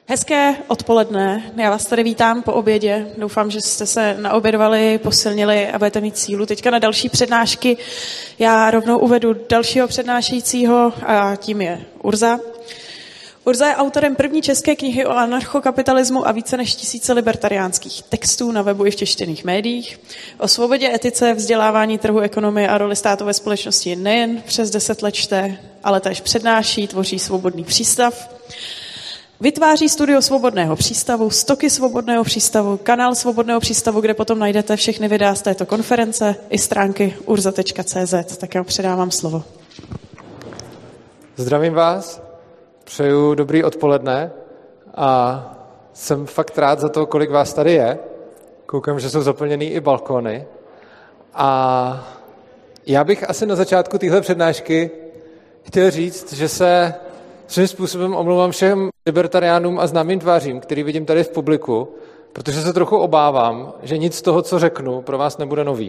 Hezké odpoledne. Já vás tady vítám po obědě. Doufám, že jste se naobědovali, posilnili a budete mít sílu teďka na další přednášky. Já rovnou uvedu dalšího přednášejícího a tím je Urza. Urza je autorem první české knihy o anarchokapitalismu a více než 1000 libertariánských textů na webu i v tištěných médiích. O svobodě, etice, vzdělávání trhu, ekonomie a roli státu ve společnosti nejen přes 10 let čte, ale též přednáší, tvoří Svobodný přístav. Vytváří studio Svobodného přístavu, stoky Svobodného přístavu, kanál Svobodného přístavu, kde potom najdete všechny videa z této konference i stránky urza.cz. Tak já předávám slovo. Zdravím vás, přeju dobrý odpoledne a jsem fakt rád za to, kolik vás tady je. Koukám, že jsou zaplněný i balkony. A já bych asi na začátku téhle přednášky chtěl říct, že se svým způsobem omlouvám všem libertariánům a známým tvářím, který vidím tady v publiku, protože se trochu obávám, že nic z toho, co řeknu, pro vás nebude nový.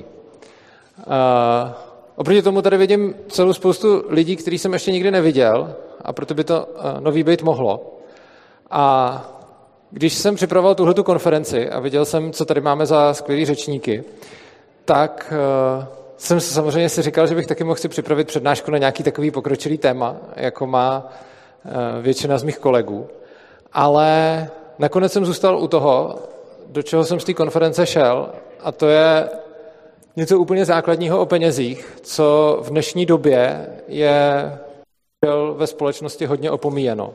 Oproti tomu tady vidím celou spoustu lidí, který jsem ještě nikdy neviděl, a proto by to nový být mohlo. A když jsem připravoval tuhletu konferenci a viděl jsem, co tady máme za skvělý řečníky, tak jsem samozřejmě si říkal, že bych taky mohl si připravit přednášku na nějaký takový pokročilý téma, jako má většina z mých kolegů. Ale nakonec jsem zůstal u toho, do čeho jsem z té konference šel, a to je něco úplně základního o penězích, co v dnešní době je ve společnosti hodně opomíjeno.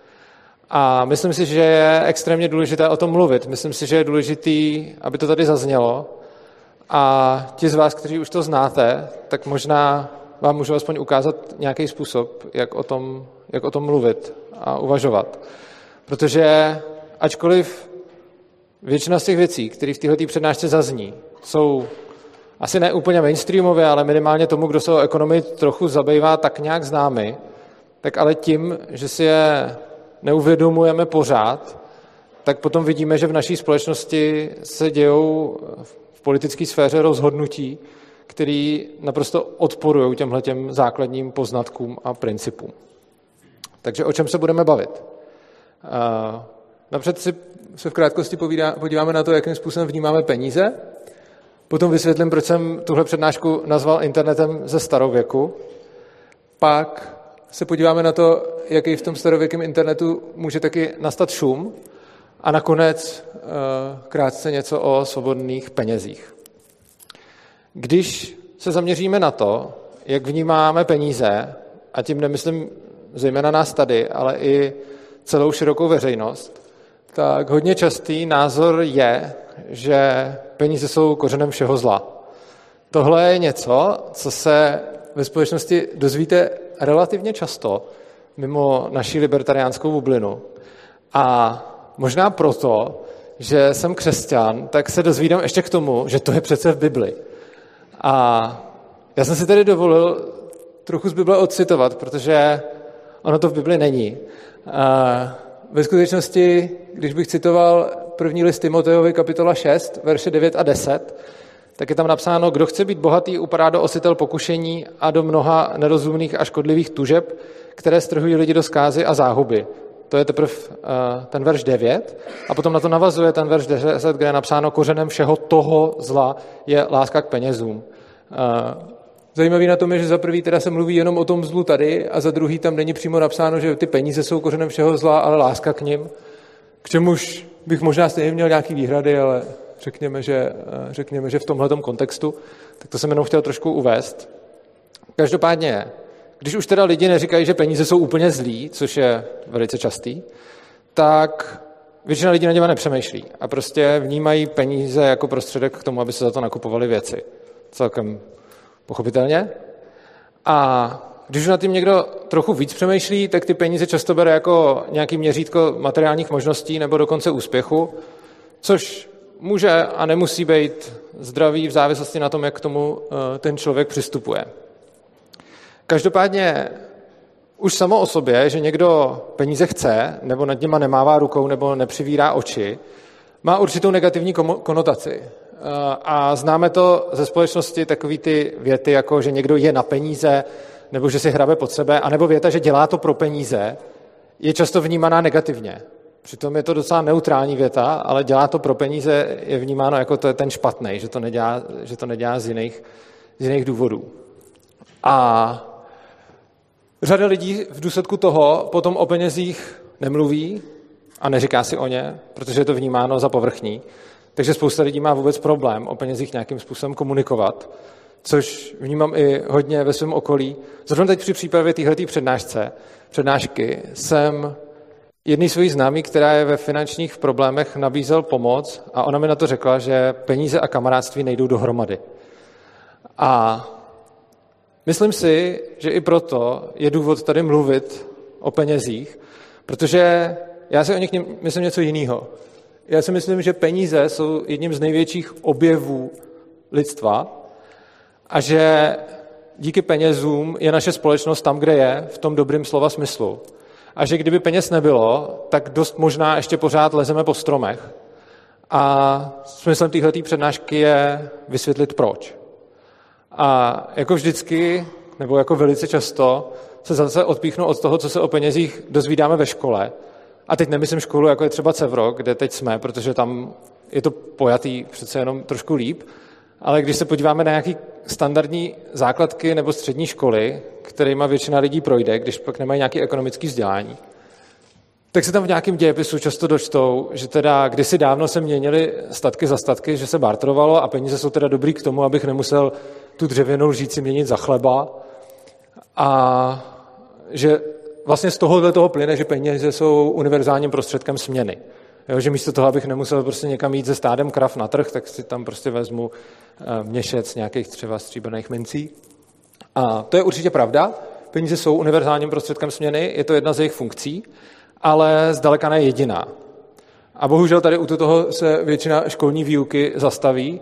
A myslím si, že je extrémně důležité o tom mluvit. Myslím si, že je důležitý, aby to tady zaznělo. A ti z vás, kteří už to znáte, tak možná vám můžu aspoň ukázat nějaký způsob, jak o tom mluvit a uvažovat. Protože ačkoliv většina z těch věcí, které v této přednášce zazní, jsou asi ne úplně mainstreamové, ale minimálně tomu, kdo se o ekonomii trochu zabývá, tak nějak známy, tak ale tím, že si je neuvědomujeme pořád, tak potom vidíme, že v naší společnosti se dějou v politické sféře rozhodnutí, které naprosto odporují těmhletěm základním poznatkům a principům. Takže o čem se budeme bavit? Napřed se v krátkosti podíváme na to, jakým způsobem vnímáme peníze. Potom vysvětlím, proč jsem tuhle přednášku nazval internetem ze starověku. Pak se podíváme na to, jaký v tom starověkém internetu může taky nastat šum. A nakonec krátce něco o svobodných penězích. Když se zaměříme na to, jak vnímáme peníze, a tím nemyslím zejména nás tady, ale i celou širokou veřejnost, tak hodně častý názor je, že peníze jsou kořenem všeho zla. Tohle je něco, co se ve společnosti dozvíte relativně často mimo naši libertariánskou bublinu. A možná proto, že jsem křesťan, tak se dozvídám ještě k tomu, že to je přece v Bibli. A já jsem si tedy dovolil trochu z Bible odcitovat, protože ono to v Bibli není. Ve skutečnosti, když bych citoval první list Timotejovi, kapitola 6, verše 9 a 10, tak je tam napsáno, kdo chce být bohatý, upadá do ositel pokušení a do mnoha nerozumných a škodlivých tužeb, které strhují lidi do zkázy a záhuby. To je teprve ten verš 9. A potom na to navazuje ten verš 10, kde je napsáno, kořenem všeho toho zla je láska k penězům. Zajímavý na tom je, že za prvý teda se mluví jenom o tom zlu tady a za druhý tam není přímo napsáno, že ty peníze jsou kořenem všeho zla, ale láska k nim. K čemuž bych možná stejně měl nějaký výhrady, ale řekněme, že v tomhletom kontextu. Tak to jsem jenom chtěl trošku uvést. Každopádně, když už teda lidi neříkají, že peníze jsou úplně zlí, což je velice častý, tak většina lidí na něma nepřemýšlí a prostě vnímají peníze jako prostředek k tomu, aby se za to nakupovali věci. Celkem pochopitelně. A když už nad tím někdo trochu víc přemýšlí, tak ty peníze často bere jako nějaký měřítko materiálních možností nebo dokonce úspěchu, což může a nemusí být zdravý v závislosti na tom, jak k tomu ten člověk přistupuje. Každopádně už samo o sobě, že někdo peníze chce, nebo nad nima nemává rukou, nebo nepřivírá oči, má určitou negativní konotaci. A známe to ze společnosti takový ty věty, jako že někdo je na peníze, nebo že si hrabe pod sebe, anebo věta, že dělá to pro peníze, je často vnímaná negativně. Přitom je to docela neutrální věta, ale dělá to pro peníze, je vnímáno jako to je ten špatný, že to nedělá z jiných důvodů. A řada lidí v důsledku toho potom o penězích nemluví a neříká si o ně, protože je to vnímáno za povrchní. Takže spousta lidí má vůbec problém o penězích nějakým způsobem komunikovat, což vnímám i hodně ve svém okolí. Zrovna teď při přípravě téhleté přednášky jsem jedný svojí známý, která je ve finančních problémech, nabízel pomoc a ona mi na to řekla, že peníze a kamarádství nejdou dohromady. A myslím si, že i proto je důvod tady mluvit o penězích, protože já si o nich myslím něco jiného. Já si myslím, že peníze jsou jedním z největších objevů lidstva a že díky penězům je naše společnost tam, kde je, v tom dobrým slova smyslu. A že kdyby peněz nebylo, tak dost možná ještě pořád lezeme po stromech. A smyslem téhleté přednášky je vysvětlit proč. A jako vždycky, nebo jako velice často, se zase odpíchnu od toho, co se o penězích dozvídáme ve škole. A teď nemyslím školu, jako je třeba Cevro, kde teď jsme, protože tam je to pojatý přece jenom trošku líp, ale když se podíváme na nějaký standardní základky nebo střední školy, kterýma většina lidí projde, když pak nemají nějaké ekonomické vzdělání, tak se tam v nějakém dějepisu často dočtou, že teda kdysi dávno se měnily statky za statky, že se barterovalo a peníze jsou teda dobrý k tomu, abych nemusel tu dřevěnou lžíci měnit za chleba a že vlastně z toho plyne, že peníze jsou univerzálním prostředkem směny. Jo, že místo toho, abych nemusel prostě někam jít se stádem krav na trh, tak si tam prostě vezmu měšec nějakých třeba stříbrných mincí. A to je určitě pravda. Peníze jsou univerzálním prostředkem směny, je to jedna z jejich funkcí, ale zdaleka ne jediná. A bohužel tady u toho se většina školní výuky zastaví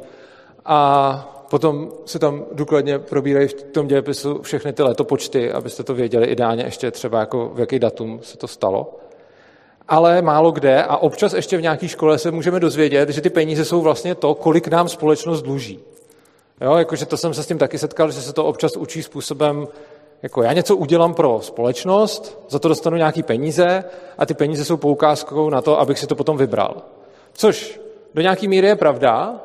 a potom se tam důkladně probírají v tom dějepisu všechny ty letopočty, abyste to věděli ideálně ještě třeba jako v jaký datum se to stalo. Ale málo kde a občas ještě v nějaké škole se můžeme dozvědět, že ty peníze jsou vlastně to, kolik nám společnost dluží. Jo, jakože to jsem se s tím taky setkal, že se to občas učí způsobem, jako já něco udělám pro společnost, za to dostanu nějaký peníze a ty peníze jsou poukázkou na to, abych si to potom vybral. Což do nějaký míry je pravda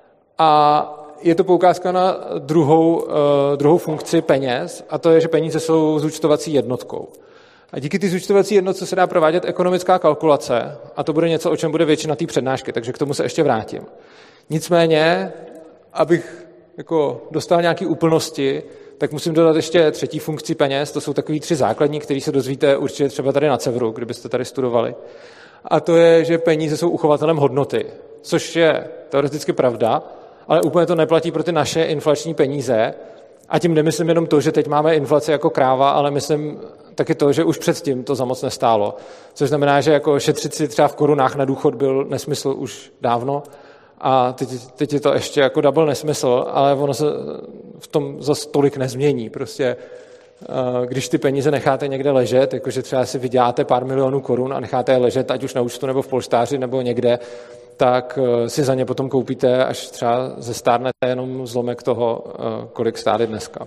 a je to poukázka na druhou funkci peněz a to je, že peníze jsou zúčtovací jednotkou. A díky té zúčtovací jednotce se dá provádět ekonomická kalkulace a to bude něco, o čem bude většina té přednášky, takže k tomu se ještě vrátím. Nicméně, abych jako dostal nějaké úplnosti, tak musím dodat ještě třetí funkci peněz, to jsou takový 3 základní, které se dozvíte určitě třeba tady na Cevru, kdybyste tady studovali. A to je, že peníze jsou uchovatelem hodnoty, což je teoreticky pravda, ale úplně to neplatí pro ty naše inflační peníze. A tím nemyslím jenom to, že teď máme inflaci jako kráva, ale myslím taky to, že už předtím to za moc nestálo. Což znamená, že jako šetřit si třeba v korunách na důchod byl nesmysl už dávno a teď je to ještě jako double nesmysl, ale ono se v tom zas tolik nezmění. Prostě když ty peníze necháte někde ležet, jakože třeba si vyděláte pár milionů korun a necháte je ležet, ať už na účtu nebo v polštáři nebo někde, tak si za ně potom koupíte, až třeba zestárnete jenom zlomek toho, kolik stály dneska.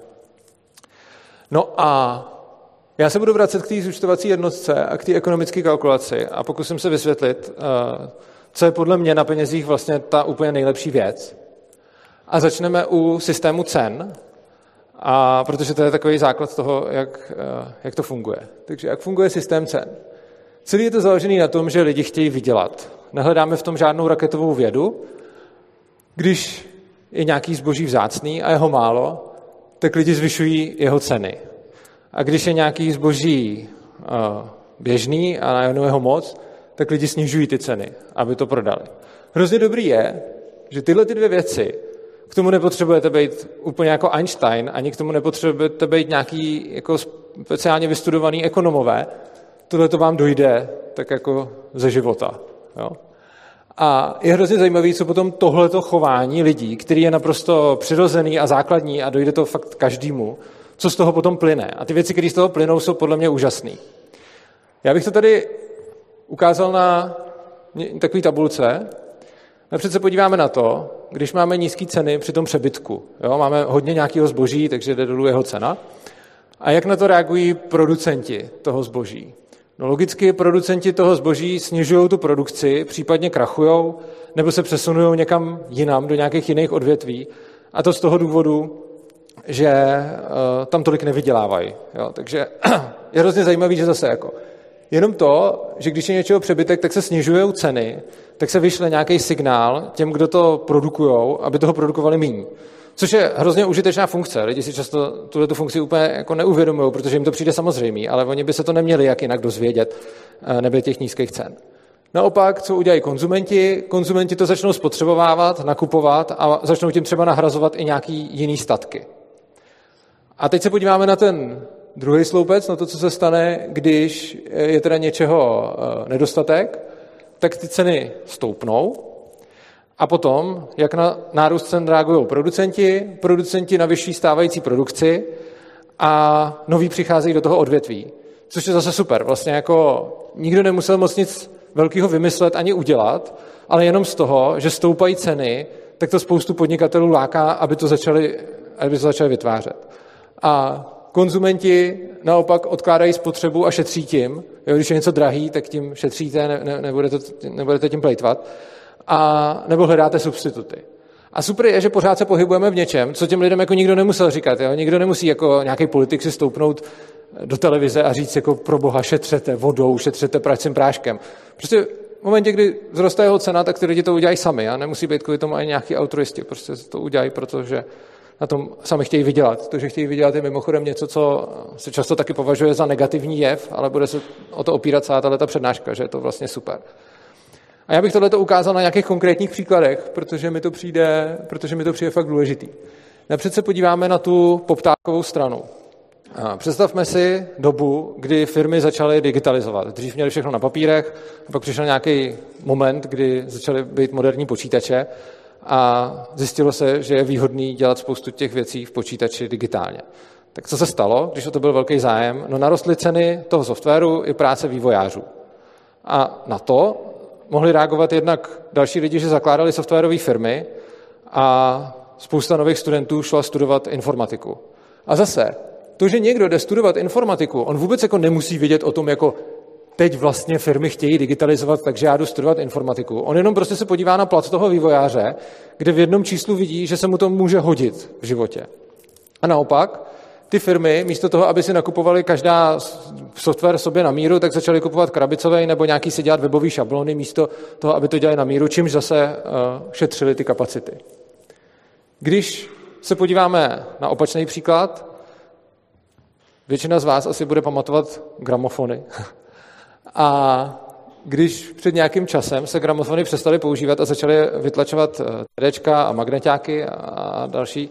No a já se budu vracet k té zúčtovací jednotce a k té ekonomické kalkulaci a pokusím se vysvětlit, co je podle mě na penězích vlastně ta úplně nejlepší věc. A začneme u systému cen, a protože to je takový základ toho, jak to funguje. Takže jak funguje systém cen? Celý je to založený na tom, že lidi chtějí vydělat. Nehledáme v tom žádnou raketovou vědu. Když je nějaký zboží vzácný a jeho málo, tak lidi zvyšují jeho ceny. A když je nějaký zboží běžný a najednou jeho moc, tak lidi snižují ty ceny, aby to prodali. Hrozně dobrý je, že tyhle ty 2 věci, k tomu nepotřebujete být úplně jako Einstein, ani k tomu nepotřebujete být nějaký jako speciálně vystudovaný ekonomové. Tohle to vám dojde tak jako ze života. Jo? A je hrozně zajímavé, co potom tohleto chování lidí, který je naprosto přirozený a základní a dojde to fakt každému, co z toho potom plyne. A ty věci, které z toho plynou, jsou podle mě úžasné. Já bych to tady ukázal na takové tabulce. Napřed se podíváme na to, když máme nízké ceny při tom přebytku. Jo? Máme hodně nějakého zboží, takže jde dolů jeho cena. A jak na to reagují producenti toho zboží? No logicky producenti toho zboží snižují tu produkci, případně krachujou, nebo se přesunují někam jinam, do nějakých jiných odvětví. A to z toho důvodu, že tam tolik nevydělávají. Jo? Takže je hrozně zajímavý, že zase jako jenom to, že když je něčeho přebytek, tak se snižují ceny, tak se vyšle nějaký signál těm, kdo to produkujou, aby toho produkovali méně. Což je hrozně užitečná funkce. Lidi si často tuhle funkci úplně jako neuvědomují, protože jim to přijde samozřejmé, ale oni by se to neměli jak jinak dozvědět, nebyl těch nízkých cen. Naopak, co udělají konzumenti? Konzumenti to začnou spotřebovávat, nakupovat a začnou tím třeba nahrazovat i nějaký jiný statky. A teď se podíváme na ten druhý sloupec, na to, co se stane, když je teda něčeho nedostatek, tak ty ceny stoupnou. A potom, jak na nárůst cen reagují producenti navyšují stávající produkci a noví přicházejí do toho odvětví. Což je zase super. Vlastně jako nikdo nemusel moc nic velkého vymyslet ani udělat, ale jenom z toho, že stoupají ceny, tak to spoustu podnikatelů láká, aby to začali vytvářet. A konzumenti naopak odkládají spotřebu a šetří tím. Jo, když je něco drahý, tak tím šetříte, nebudete tím plejtvat. A nebo hledáte substituty. A super je, že pořád se pohybujeme v něčem, co těm lidem jako nikdo nemusel říkat. Jo? Nikdo nemusí jako nějaký politik si stoupnout do televize a říct jako pro boha šetřete vodou, šetřete pracím práškem. Prostě v momentě, kdy vzroste jeho cena, tak ty lidi to udělají sami. A nemusí být kvůli tomu ani nějaký altruisti. Prostě to udělají, protože na tom sami chtějí vydělat. To, že chtějí vydělat, je mimochodem něco, co se často taky považuje za negativní jev, ale bude se o to opírat celá tato přednáška, že je to vlastně super. A já bych tohleto ukázal na nějakých konkrétních příkladech, protože mi to přijde fakt důležitý. Napřed se podíváme na tu poptávkovou stranu. Představme si dobu, kdy firmy začaly digitalizovat. Dřív měli všechno na papírech, a pak přišel nějaký moment, kdy začaly být moderní počítače a zjistilo se, že je výhodný dělat spoustu těch věcí v počítači digitálně. Tak co se stalo, když o to byl velký zájem? No narostly ceny toho softwaru i práce vývojářů. A na to mohli reagovat jednak další lidi, že zakládali softwarové firmy a spousta nových studentů šla studovat informatiku. A zase, to, že někdo jde studovat informatiku, on vůbec jako nemusí vědět o tom, jako teď vlastně firmy chtějí digitalizovat, takže já jdu studovat informatiku. On jenom prostě se podívá na plat toho vývojáře, kde v jednom číslu vidí, že se mu to může hodit v životě. A naopak, ty firmy, místo toho, aby si nakupovali každá software sobě na míru, tak začaly kupovat krabicovej nebo nějaký si dělat webový šablony místo toho, aby to dělali na míru, čímž zase šetřili ty kapacity. Když se podíváme na opačný příklad, většina z vás asi bude pamatovat gramofony. A když před nějakým časem se gramofony přestaly používat a začaly vytlačovat CDčka a magneťáky a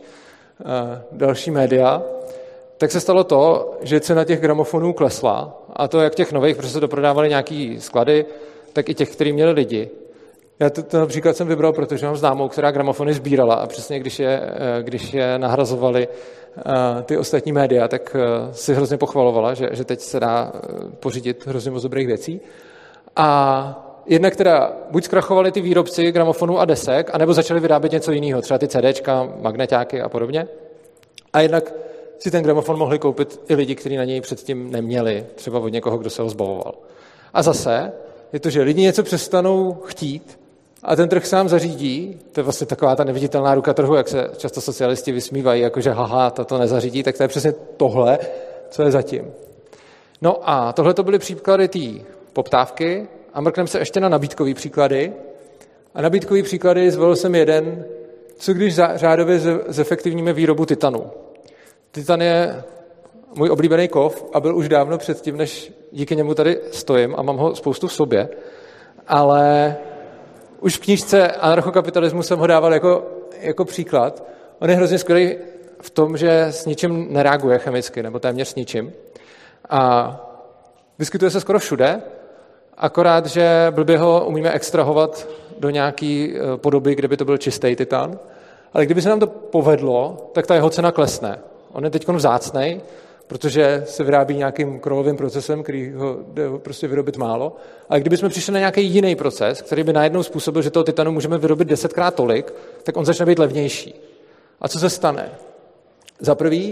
další média, tak se stalo to, že cena těch gramofonů klesla, a to jak těch nových, protože se doprodávali nějaký sklady, tak i těch, který měli lidi. Já to například jsem vybral, protože mám známou, která gramofony sbírala a přesně když je nahrazovali ty ostatní média, tak si hrozně pochvalovala, že teď se dá pořídit hrozně moc dobrých věcí. A jednak teda buď zkrachovali ty výrobci gramofonů a desek, anebo začali vyrábět něco jiného, třeba ty CDčka, magneťáky a podobně. A jednak si ten gramofon mohli koupit i lidi, kteří na něj předtím neměli, třeba od někoho, kdo se ho zbavoval. A zase je to, že lidi něco přestanou chtít a ten trh sám zařídí, to je vlastně taková ta neviditelná ruka trhu, jak se často socialisti vysmívají, jakože haha, to nezařídí, tak to je přesně tohle, co je zatím. No a tohle to byly příklady té poptávky a mrkneme se ještě na nabídkový příklady. A nabídkový příklady zvolil jsem jeden, co když řádově zefektivníme výrobu titanu. Titan je můj oblíbený kov a byl už dávno předtím, než díky němu tady stojím a mám ho spoustu v sobě, ale už v knížce Anarchokapitalismu jsem ho dával jako příklad. On je hrozně skvělý v tom, že s ničím nereaguje chemicky, nebo téměř s ničím. A vyskytuje se skoro všude, akorát, že blbě ho umíme extrahovat do nějaké podoby, kde by to byl čistý titan. Ale kdyby se nám to povedlo, tak ta jeho cena klesne. On je teď vzácnej, protože se vyrábí nějakým krovovým procesem, který ho jde prostě vyrobit málo. Ale kdybychom přišli na nějaký jiný proces, který by najednou způsobil, že toho titanu můžeme vyrobit 10krát tolik, tak on začne být levnější. A co se stane? Za prvý,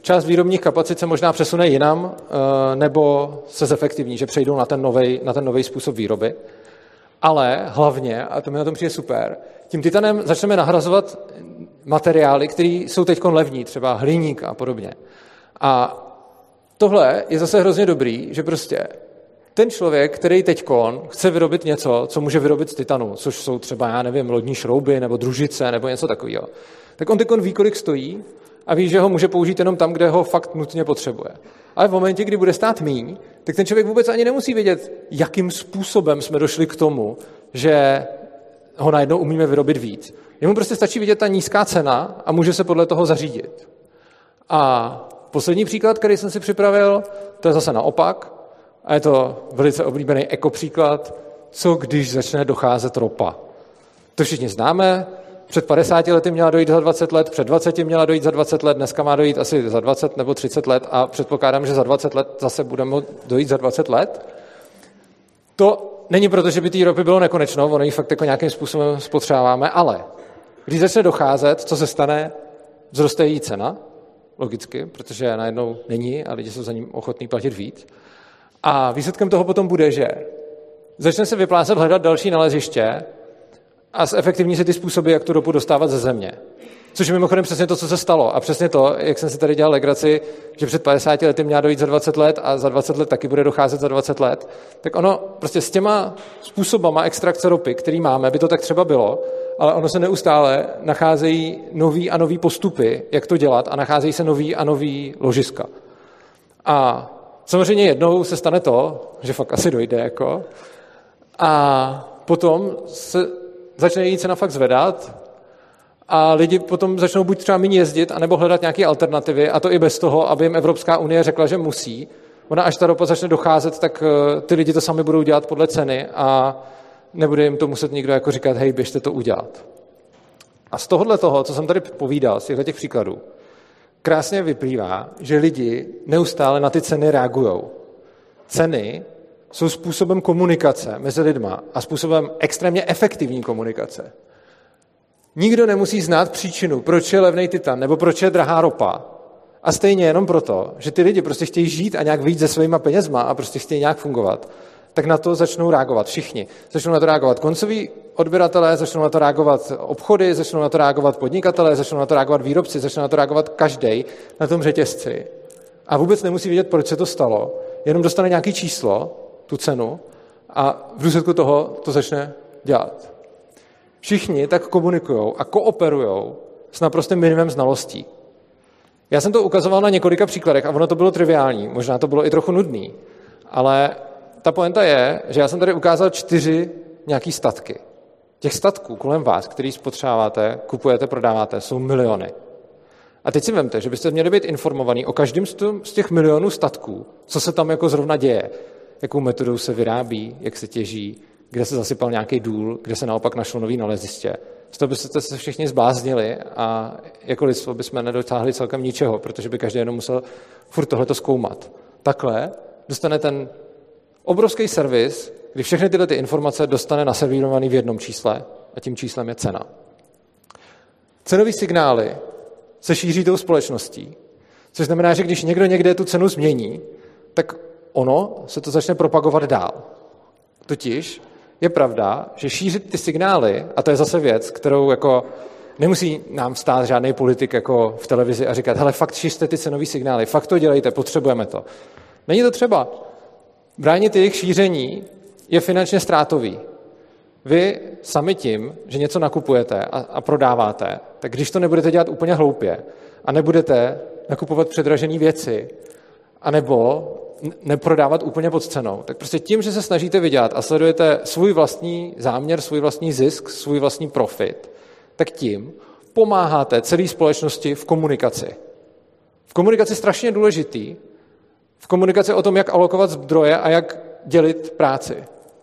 část výrobních kapacit se možná přesune jinam, nebo se zefektivní, že přejdou na ten nový způsob výroby. Ale hlavně, a to mi na tom přijde super, tím titanem začneme nahrazovat materiály, které jsou teď levní, třeba hliník a podobně. A tohle je zase hrozně dobrý, že prostě ten člověk, který teďkon chce vyrobit něco, co může vyrobit z titanu, což jsou třeba, já nevím, lodní šrouby nebo družice nebo něco takového, tak on teďkon ví, kolik stojí a ví, že ho může použít jenom tam, kde ho fakt nutně potřebuje. Ale v momentě, kdy bude stát míň, tak ten člověk vůbec ani nemusí vědět, jakým způsobem jsme došli k tomu, že ho najednou umíme vyrobit víc. Jemu prostě stačí vidět ta nízká cena a může se podle toho zařídit. A poslední příklad, který jsem si připravil, to je zase naopak. A je to velice oblíbený ekopříklad, co když začne docházet ropa. To všichni známe, před 50 lety měla dojít za 20 let, před 20 měla dojít za 20 let, dneska má dojít asi za 20 nebo 30 let a předpokládám, že za 20 let zase budeme dojít za 20 let. To není proto, že by té ropy bylo nekonečno, ono ji fakt jako nějakým způsobem spotřebáváme, ale když začne docházet, co se stane, vzroste její cena, logicky, protože najednou není a lidi jsou za ním ochotní platit víc. A výsledkem toho potom bude, že začne se vyplácet hledat další naleziště a zefektivní se ty způsoby, jak tu ropu dostávat ze země. Což je mimochodem přesně to, co se stalo. A přesně to, jak jsem si tady dělal legraci, že před 50 lety měla dojít za 20 let a za 20 let taky bude docházet za 20 let, tak ono prostě s těma způsobama extrakce ropy, který máme, by to tak třeba bylo, ale ono se neustále nacházejí nový a nový postupy, jak to dělat a nacházejí se nový a nový ložiska. A samozřejmě jednou se stane to, že fakt asi dojde jako, a potom se začne její cena fakt zvedat a lidi potom začnou buď třeba méně jezdit, anebo hledat nějaké alternativy, a to i bez toho, aby jim Evropská unie řekla, že musí. Ona až ta ropa začne docházet, tak ty lidi to sami budou dělat podle ceny a nebude jim to muset nikdo jako říkat, hej, běžte to udělat. A z tohohle toho, co jsem tady povídal, z těchto těch příkladů, krásně vyplývá, že lidi neustále na ty ceny reagují. Ceny jsou způsobem komunikace mezi lidma a způsobem extrémně efektivní komunikace. Nikdo nemusí znát příčinu, proč je levný titan nebo proč je drahá ropa. A stejně jenom proto, že ty lidi prostě chtějí žít a nějak vyjít se svýma penězma a prostě chtějí nějak fungovat, tak na to začnou reagovat všichni. Začnou na to reagovat koncoví odběratelé, začnou na to reagovat obchody, začnou na to reagovat podnikatelé, začnou na to reagovat výrobci, začnou na to reagovat každej na tom řetězci. A vůbec nemusí vědět, proč se to stalo, jenom dostane nějaké číslo, tu cenu, a v důsledku toho to začne dělat. Všichni tak komunikujou a kooperujou s naprostým minimem znalostí. Já jsem to ukazoval na několika příkladech a ono to bylo triviální, možná to bylo i trochu nudný, ale ta pointa je, že já jsem tady ukázal 4 nějaký statky. Těch statků kolem vás, který spotřebáváte, kupujete, prodáváte, jsou miliony. A teď si vemte, že byste měli být informovaní o každém z těch milionů statků, co se tam jako zrovna děje, jakou metodou se vyrábí, jak se těží, kde se zasypal nějaký důl, kde se naopak našlo nový naleziště. Z toho byste se všichni zbláznili a jako lidstvo bychom nedotáhli celkem ničeho, protože by každý jenom musel furt tohleto zkoumat. Takhle dostane ten obrovský servis, kdy všechny tyhle ty informace dostane naservírovaný v jednom čísle a tím číslem je cena. Cenové signály se šíří tou společností, což znamená, že když někdo někde tu cenu změní, tak ono se to začne propagovat dál. Totiž je pravda, že šířit ty signály, a to je zase věc, kterou jako nemusí nám stát žádný politik jako v televizi a říkat, hele, fakt šířte ty cenové signály, fakt to dělejte, potřebujeme to. Není to třeba. Bránit jejich šíření je finančně ztrátový. Vy sami tím, že něco nakupujete a prodáváte, tak když to nebudete dělat úplně hloupě a nebudete nakupovat předražené věci, anebo neprodávat úplně pod cenou, tak prostě tím, že se snažíte vydělat a sledujete svůj vlastní záměr, svůj vlastní zisk, svůj vlastní profit, tak tím pomáháte celé společnosti v komunikaci. V komunikaci strašně důležitý, v komunikaci o tom, jak alokovat zdroje a jak dělit práci.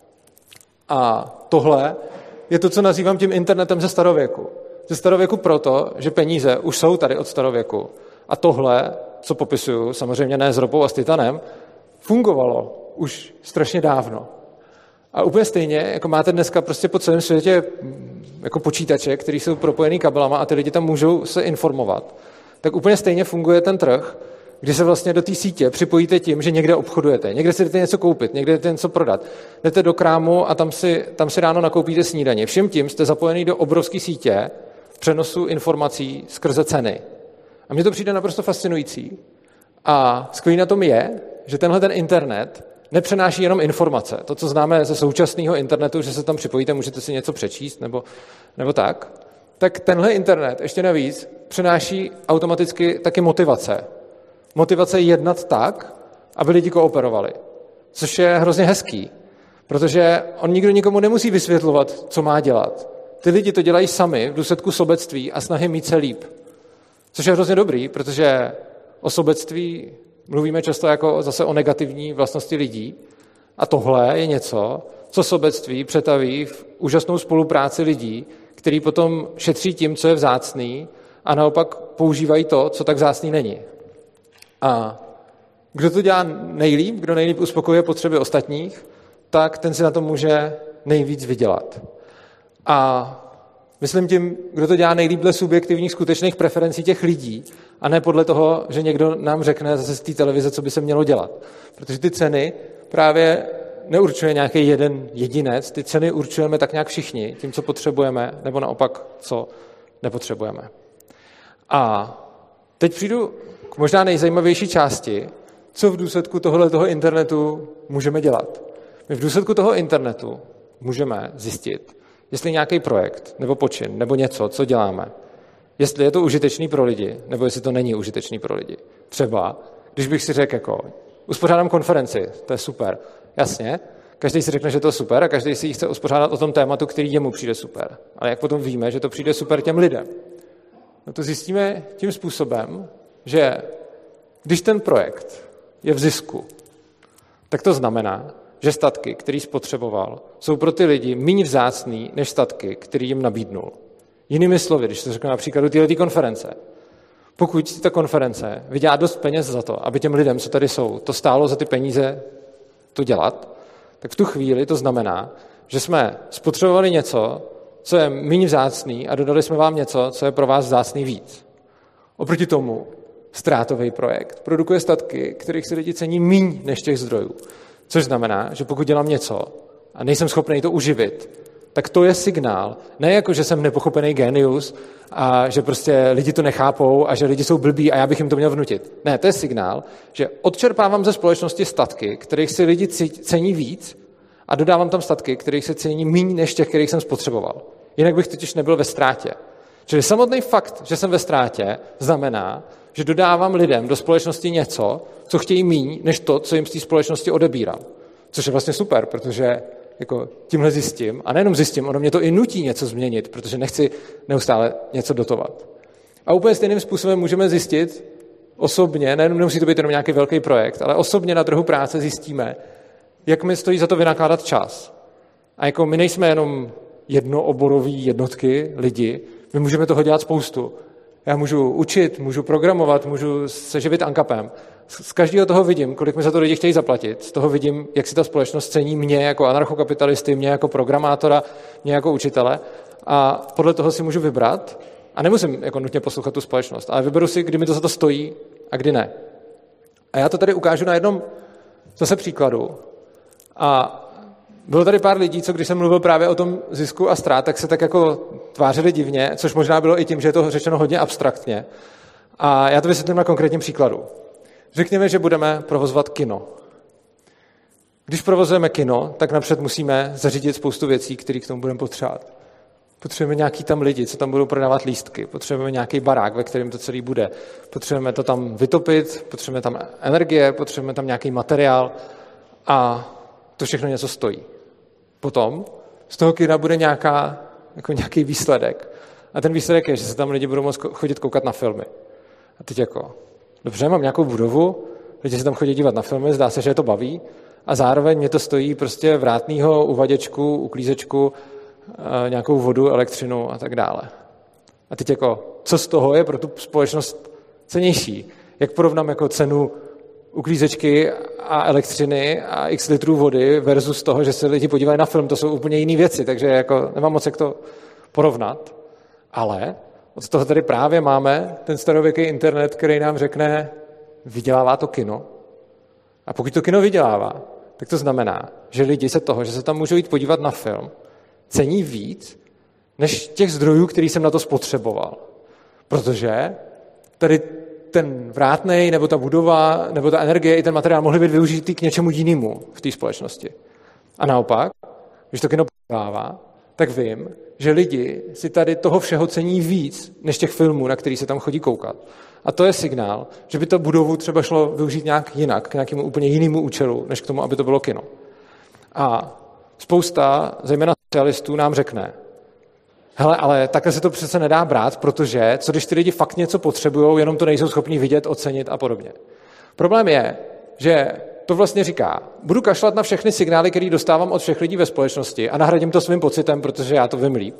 A tohle je to, co nazývám tím internetem ze starověku. Ze starověku proto, že peníze už jsou tady od starověku. A tohle, co popisuju, samozřejmě ne s ropou a s titanem, fungovalo už strašně dávno. A úplně stejně, jako máte dneska prostě po celém světě jako počítače, které jsou propojený kabelama a ty lidi tam můžou se informovat, tak úplně stejně funguje ten trh, kdy se vlastně do té sítě připojíte tím, že někde obchodujete. Někde si jdete něco koupit, někde jdete něco prodat. Jdete do krámu a tam si ráno nakoupíte snídaně. Všem tím jste zapojený do obrovské sítě přenosu informací skrze ceny. A mně to přijde naprosto fascinující. A skvělý na tom je, že tenhle ten internet nepřenáší jenom informace. To, co známe ze současného internetu, že se tam připojíte, můžete si něco přečíst nebo tak tenhle internet ještě navíc přenáší automaticky taky motivace. Motivace jednat tak, aby lidi kooperovali. Což je hrozně hezký, protože on nikdo nikomu nemusí vysvětlovat, co má dělat. Ty lidi to dělají sami v důsledku sobectví a snahy mít se líp. Což je hrozně dobrý, protože o sobectví mluvíme často jako zase o negativní vlastnosti lidí. A tohle je něco, co sobectví přetaví v úžasnou spolupráci lidí, který potom šetří tím, co je vzácný, a naopak používají to, co tak vzácný není. A kdo to dělá nejlíp, kdo nejlíp uspokojuje potřeby ostatních, tak ten si na to může nejvíc vydělat. A myslím tím, kdo to dělá nejlíp dle subjektivních skutečných preferencí těch lidí, a ne podle toho, že někdo nám řekne zase z té televize, co by se mělo dělat. Protože ty ceny právě neurčuje nějaký jeden jedinec, ty ceny určujeme tak nějak všichni, tím, co potřebujeme, nebo naopak, co nepotřebujeme. A teď přijdu k možná nejzajímavější části, co v důsledku tohoto internetu můžeme dělat. My v důsledku toho internetu můžeme zjistit, jestli nějaký projekt, nebo počin, nebo něco, co děláme, jestli je to užitečný pro lidi, nebo jestli to není užitečný pro lidi. Třeba, když bych si řekl, jako, uspořádám konferenci, to je super, jasně, každý si řekne, že to je super a každý si ji chce uspořádat o tom tématu, který jemu přijde super. Ale jak potom víme, že to přijde super těm lidem? No to zjistíme tím způsobem, že když ten projekt je v zisku, tak to znamená, že statky, který spotřeboval, jsou pro ty lidi méně vzácný než statky, který jim nabídnul. Jinými slovy, když to řeknu například do této konference, pokud ta konference vydělá dost peněz za to, aby těm lidem, co tady jsou, to stálo za ty peníze to dělat, tak v tu chvíli to znamená, že jsme spotřebovali něco, co je méně vzácný, a dodali jsme vám něco, co je pro vás vzácný víc. Oproti tomu ztrátový projekt produkuje statky, kterých si lidi cení míň než těch zdrojů. Což znamená, že pokud dělám něco a nejsem schopný to uživit, tak to je signál, ne jako, že jsem nepochopený génius a že prostě lidi to nechápou a že lidi jsou blbí a já bych jim to měl vnutit. Ne, to je signál, že odčerpávám ze společnosti statky, kterých si lidi cení víc, a dodávám tam statky, kterých se cení méně než těch, kterých jsem spotřeboval. Jinak bych totiž nebyl ve ztrátě. Čili samotný fakt, že jsem ve ztrátě, znamená, že dodávám lidem do společnosti něco, co chtějí míň, než to, co jim z té společnosti odebírám. Což je vlastně super, protože jako tímhle zjistím, a nejenom zjistím, ono mě to i nutí něco změnit, protože nechci neustále něco dotovat. A úplně stejným způsobem můžeme zjistit osobně, nemusí to být jenom nějaký velký projekt, ale osobně na trhu práce zjistíme, jak mi stojí za to vynakládat čas. A jako my nejsme jenom jednooborový jednotky lidi, my můžeme toho dělat spoustu. Já můžu učit, můžu programovat, můžu se živit ankapem. Z každého toho vidím, kolik mi za to lidi chtějí zaplatit. Z toho vidím, jak si ta společnost cení mě jako anarchokapitalisty, mě jako programátora, mě jako učitele. A podle toho si můžu vybrat. A nemusím jako nutně poslouchat tu společnost, ale vyberu si, kdy mi to za to stojí a kdy ne. A já to tady ukážu na jednom zase příkladu. A bylo tady pár lidí, co když jsem mluvil právě o tom zisku a ztrát, tak se tak jako tvářili divně, což možná bylo i tím, že je to řečeno hodně abstraktně. A já to vysvětlím na konkrétním příkladu. Řekněme, že budeme provozovat kino. Když provozujeme kino, tak napřed musíme zařídit spoustu věcí, které k tomu budeme potřebovat. Potřebujeme nějaký tam lidi, co tam budou prodávat lístky. Potřebujeme nějaký barák, ve kterém to celý bude. Potřebujeme to tam vytopit, potřebujeme tam energie, potřebujeme tam nějaký materiál a to všechno něco stojí. Potom z toho kina bude nějaký výsledek. A ten výsledek je, že se tam lidi budou moct chodit koukat na filmy. A teď jako, dobře, mám nějakou budovu, lidi se tam chodí dívat na filmy, zdá se, že je to baví, a zároveň mě to stojí prostě vrátnýho, uvaděčku, uklízečku, nějakou vodu, elektřinu a tak dále. A teď jako, co z toho je pro tu společnost cennější? Jak porovnám jako cenu uklízečky a elektřiny a x litrů vody versus toho, že se lidi podívají na film, to jsou úplně jiné věci, takže jako nemám moc jak to porovnat. Ale Od toho tady právě máme ten starověký internet, který nám řekne, vydělává to kino. A pokud to kino vydělává, tak to znamená, že lidi se toho, že se tam můžou jít podívat na film, cení víc, než těch zdrojů, který jsem na to spotřeboval. Protože tady ten vrátnej, nebo ta budova, nebo ta energie i ten materiál mohly být využitý k něčemu jinému v té společnosti. A naopak, když to kino prodává, tak vím, že lidi si tady toho všeho cení víc, než těch filmů, na který se tam chodí koukat. A to je signál, že by to budovu třeba šlo využít nějak jinak, k nějakému úplně jinému účelu, než k tomu, aby to bylo kino. A spousta, zejména socialistů, nám řekne, hele, ale takhle se to přece nedá brát, protože co když ty lidi fakt něco potřebujou, jenom to nejsou schopni vidět, ocenit a podobně. Problém je, že to vlastně říká, budu kašlat na všechny signály, které dostávám od všech lidí ve společnosti a nahradím to svým pocitem, protože já to vím líp.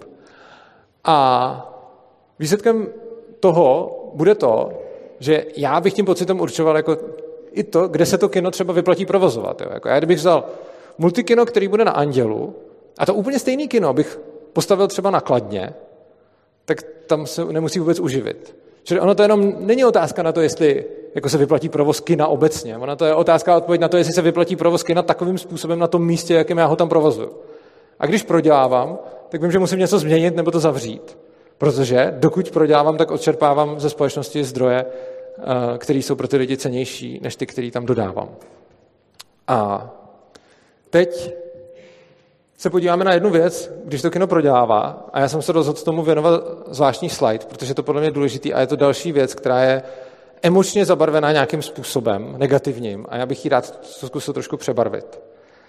A výsledkem toho bude to, že já bych tím pocitem určoval jako i to, kde se to kino třeba vyplatí provozovat. Jo. Jako já kdybych vzal multikino, který bude na Andělu, a to úplně stejný kino bych postavil třeba na Kladně, tak tam se nemusí vůbec uživit. Čili ono to jenom není otázka na to, jestli jako se vyplatí provoz kina obecně. Ono to je otázka odpověď na to, jestli se vyplatí provoz kina takovým způsobem na tom místě, jakým já ho tam provozuju. A když prodělávám, tak vím, že musím něco změnit nebo to zavřít. Protože dokud prodělávám, tak odčerpávám ze společnosti zdroje, které jsou pro ty lidi cennější, než ty, které tam dodávám. A teď se podíváme na jednu věc, když to kino prodělává, a já jsem se rozhodl tomu věnovat zvláštní slide, protože to podle mě je důležitý a je to další věc, která je emočně zabarvená nějakým způsobem, negativním, a já bych ji rád zkusil trošku přebarvit.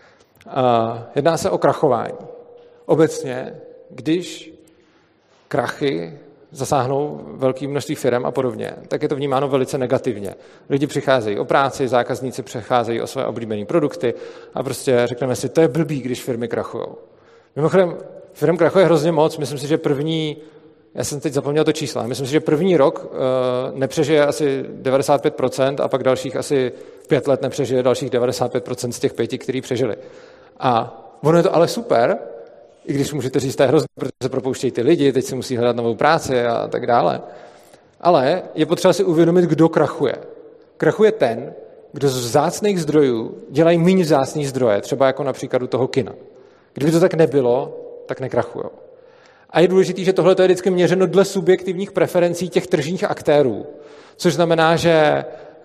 Jedná se o krachování. Obecně, když krachy zasáhnou velké množství firem a podobně, tak je to vnímáno velice negativně. Lidi přicházejí o práci, zákazníci přecházejí o své oblíbené produkty a prostě řekneme si, to je blbý, když firmy krachujou. Mimochodem, firm krachuje hrozně moc, myslím si, že já jsem teď zapomněl to číslo, myslím si, že první rok nepřežije asi 95% a pak dalších asi 5 let nepřežije dalších 95% z těch 5, který přežili. A ono je to ale super, i když můžete říct, to je hrozně, protože se propouštějí ty lidi, teď si musí hledat novou práci a tak dále. Ale je potřeba si uvědomit, kdo krachuje. Krachuje ten, kdo z vzácných zdrojů dělají méně vzácný zdroje, třeba jako na příkladu toho kina. Kdyby to tak nebylo, tak nekrachujou. A je důležité, že tohle je vždycky měřeno dle subjektivních preferencí těch tržních aktérů. Což znamená, že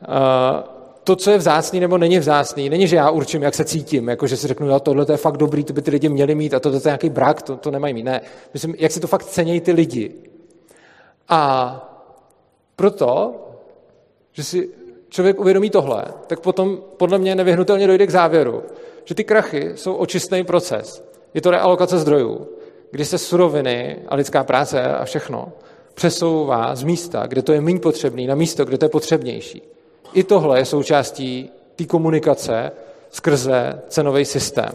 to, co je vzácný nebo není vzácný, není, že já určím, jak se cítím, jako že si řeknu, tohle je fakt dobrý, to by ty lidi měli mít a tohle je nějaký brak, to nemají mít. Ne, myslím, jak si to fakt cenějí ty lidi. A proto, že si člověk uvědomí tohle, tak potom podle mě nevyhnutelně dojde k závěru, že ty krachy jsou očistný proces. Je to realokace zdrojů, kdy se suroviny a lidská práce a všechno přesouvá z místa, kde to je méně potřebný, na místo, kde to je potřebnější. I tohle je součástí té komunikace skrze cenový systém.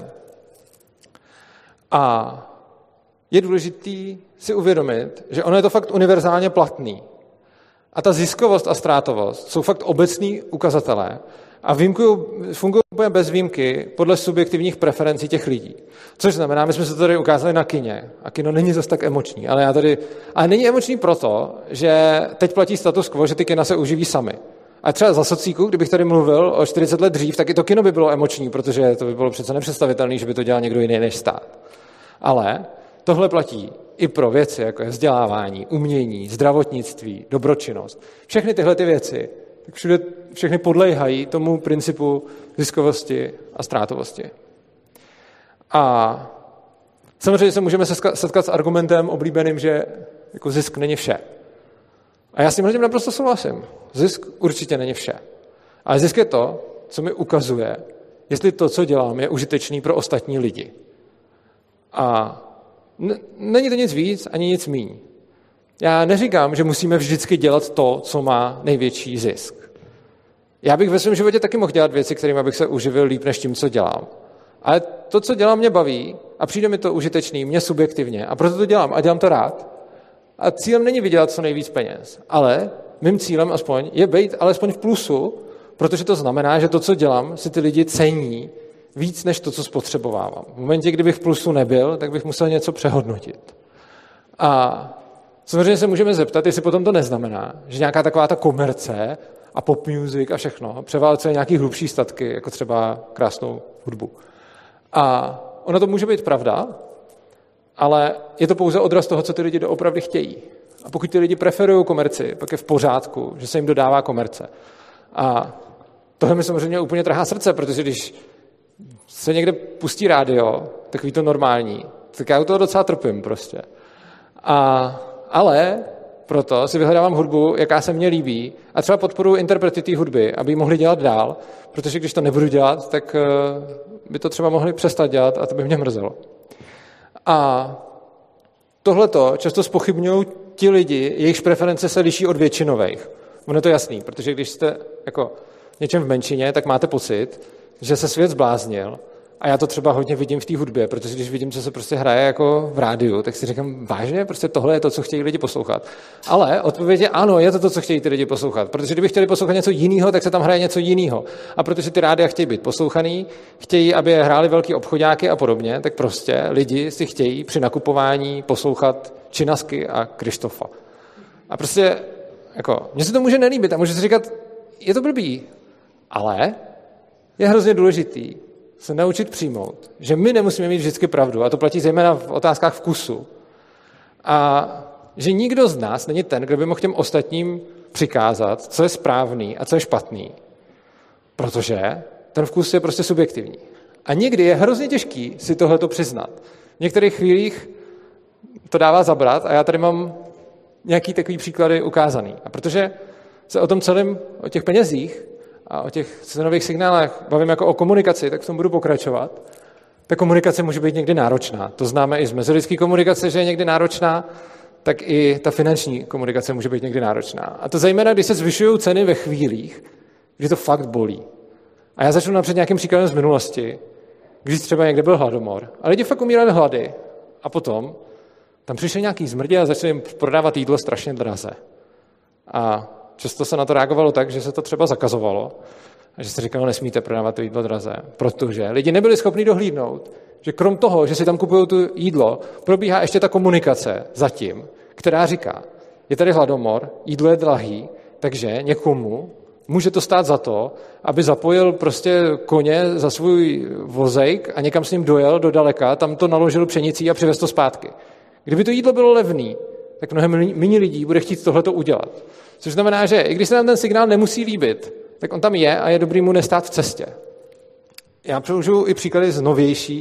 A je důležitý si uvědomit, že ono je to fakt univerzálně platný. A ta ziskovost a ztrátovost jsou fakt obecný ukazatelé a fungují úplně bez výjimky podle subjektivních preferencí těch lidí. Což znamená, my jsme se to tady ukázali na kině a kino není zas tak emoční, ale není emoční proto, že teď platí status quo, že ty kina se uživí sami. A třeba za socíku, kdybych tady mluvil o 40 let dřív, tak i to kino by bylo emoční, protože to by bylo přece nepředstavitelné, že by to dělal někdo jiný než stát. Ale tohle platí i pro věci, jako je vzdělávání, umění, zdravotnictví, dobročinnost. Všechny tyhle ty věci, tak všechny podléhají tomu principu ziskovosti a ztrátovosti. A samozřejmě se můžeme setkat s argumentem oblíbeným, že jako zisk není vše. A já s tím naprosto souhlasím. Zisk určitě není vše. Ale zisk je to, co mi ukazuje, jestli to, co dělám, je užitečný pro ostatní lidi. A není to nic víc, ani nic míň. Já neříkám, že musíme vždycky dělat to, co má největší zisk. Já bych ve svém životě taky mohl dělat věci, kterými bych se uživil líp než tím, co dělám. Ale to, co dělám, mě baví a přijde mi to užitečný, mě subjektivně. A proto to dělám a dělám to rád. A cílem není vydělat co nejvíc peněz, ale mým cílem aspoň je být alespoň v plusu, protože to znamená, že to, co dělám, si ty lidi cení víc než to, co spotřebovávám. V momentě, kdybych v plusu nebyl, tak bych musel něco přehodnotit. A Samozřejmě se můžeme zeptat, jestli potom to neznamená, že nějaká taková ta komerce a pop music a všechno převálcuje nějaký hlubší statky, jako třeba krásnou hudbu. A ono to může být pravda, ale je to pouze odraz toho, co ty lidi doopravdy chtějí. A pokud ty lidi preferují komerci, pak je v pořádku, že se jim dodává komerce. A tohle mi samozřejmě úplně trhá srdce, protože když se někde pustí rádio, takový to normální, tak já u toho docela trpím prostě. Ale proto si vyhledávám hudbu, jaká se mně líbí a třeba podporuji interprety té hudby, aby ji mohli dělat dál, protože když to nebudu dělat, tak by to třeba mohli přestat dělat a to by mě mrzelo. A tohleto často zpochybňují ti lidi, jejichž preference se liší od většinových. Ono je to jasný, protože když jste jako něčem v menšině, tak máte pocit, že se svět zbláznil. A já to třeba hodně vidím v té hudbě, protože když vidím, co se prostě hraje jako v rádiu, tak si říkám, vážně, prostě tohle je to, co chtějí lidi poslouchat. Ale odpověď je ano, je to, co chtějí ty lidi poslouchat. Protože kdyby chtěli poslouchat něco jiného, tak se tam hraje něco jiného. A protože ty rádia chtějí být poslouchaný, chtějí, aby je hráli velký obchodáky a podobně, tak prostě lidi si chtějí při nakupování poslouchat Činasky a Krištofa. A prostě, jako, mně se to může nelíbit a může si říkat, je to blbý, ale je hrozně důležitý se naučit přijmout, že my nemusíme mít vždycky pravdu, a to platí zejména v otázkách vkusu. A že nikdo z nás není ten, kdo by mohl těm ostatním přikázat, co je správný a co je špatný. Protože ten vkus je prostě subjektivní. A někdy je hrozně těžký si tohleto přiznat. V některých chvílích to dává zabrat a já tady mám nějaký takový příklady ukázaný. A protože se o tom celém, o těch penězích a o těch cenových signálech bavím jako o komunikaci, tak v tom budu pokračovat. Ta komunikace může být někdy náročná. To známe i z mezilidské komunikace, že je někdy náročná, tak i ta finanční komunikace může být někdy náročná. A to zejména, když se zvyšují ceny ve chvílích, kdy to fakt bolí. A já začnu napřed nějakým příkladem z minulosti, když třeba někde byl hladomor. A lidi fakt umírali hlady. A potom tam přišli nějaký zmrdi a začali jim prodávat jídlo strašně draze. A často se na to reagovalo tak, že se to třeba zakazovalo a že se říkalo, nesmíte prodávat to jídlo draze, protože lidi nebyli schopni dohlídnout, že krom toho, že si tam kupují to jídlo, probíhá ještě ta komunikace zatím, která říká, je tady hladomor, jídlo je drahý, takže někomu může to stát za to, aby zapojil prostě koně za svůj vozejk a někam s ním dojel do daleka, tam to naložil pšenicí a přivez to zpátky. Kdyby to jídlo bylo levný, tak mnohem méně lidí bude chtít tohleto udělat. Což znamená, že i když se nám ten signál nemusí líbit, tak on tam je a je dobrý mu nestát v cestě. Já použiju i příklady z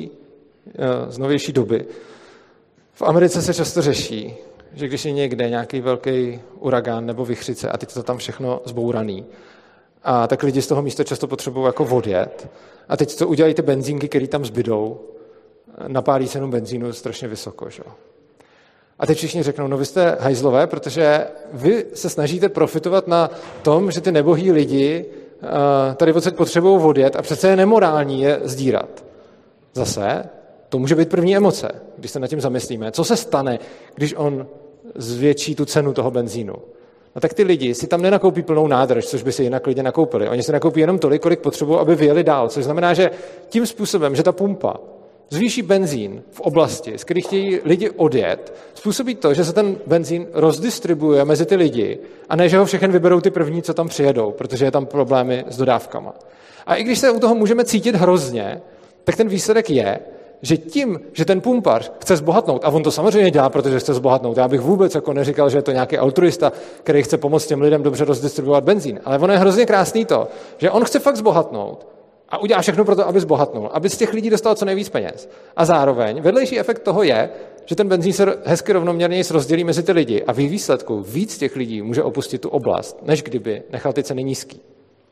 novější doby. V Americe se často řeší, že když je někde nějaký velký uragán nebo vichřice a teď to tam všechno zbouraný, a tak lidi z toho místa často potřebují jako odjet. A teď co udělají ty benzínky, které tam zbydou, napálí cenu benzínu strašně vysoko. Že? A teď všichni řeknou, no vy jste hajzlové, protože vy se snažíte profitovat na tom, že ty nebohý lidi tady odsaď potřebují odjet a přece je nemorální je sdírat. Zase, to může být první emoce, když se nad tím zamyslíme. Co se stane, když on zvětší tu cenu toho benzínu? No tak ty lidi si tam nenakoupí plnou nádrž, což by si jinak lidi nakoupili. Oni si nakoupí jenom tolik, kolik potřebují, aby vyjeli dál. Což znamená, že tím způsobem, že ta pumpa zvýší benzín v oblasti, z kterých chtějí lidi odjet, způsobí to, že se ten benzín rozdistribuje mezi ty lidi a ne, že ho všechny vyberou ty první, co tam přijedou, protože je tam problémy s dodávkama. A i když se u toho můžeme cítit hrozně, tak ten výsledek je, že tím, že ten pumpař chce zbohatnout, a on to samozřejmě dělá, protože chce zbohatnout, já bych vůbec jako neříkal, že je to nějaký altruista, který chce pomoct těm lidem dobře rozdistribuovat benzín, ale ono je hrozně krásný to, že on chce fakt zbohatnout a udělá všechno pro to, aby zbohatnul, aby z těch lidí dostal co nejvíc peněz. A zároveň vedlejší efekt toho je, že ten benzín se hezky rovnoměrně rozdělí mezi ty lidi a v výsledku víc těch lidí může opustit tu oblast, než kdyby nechal ty ceny nízký.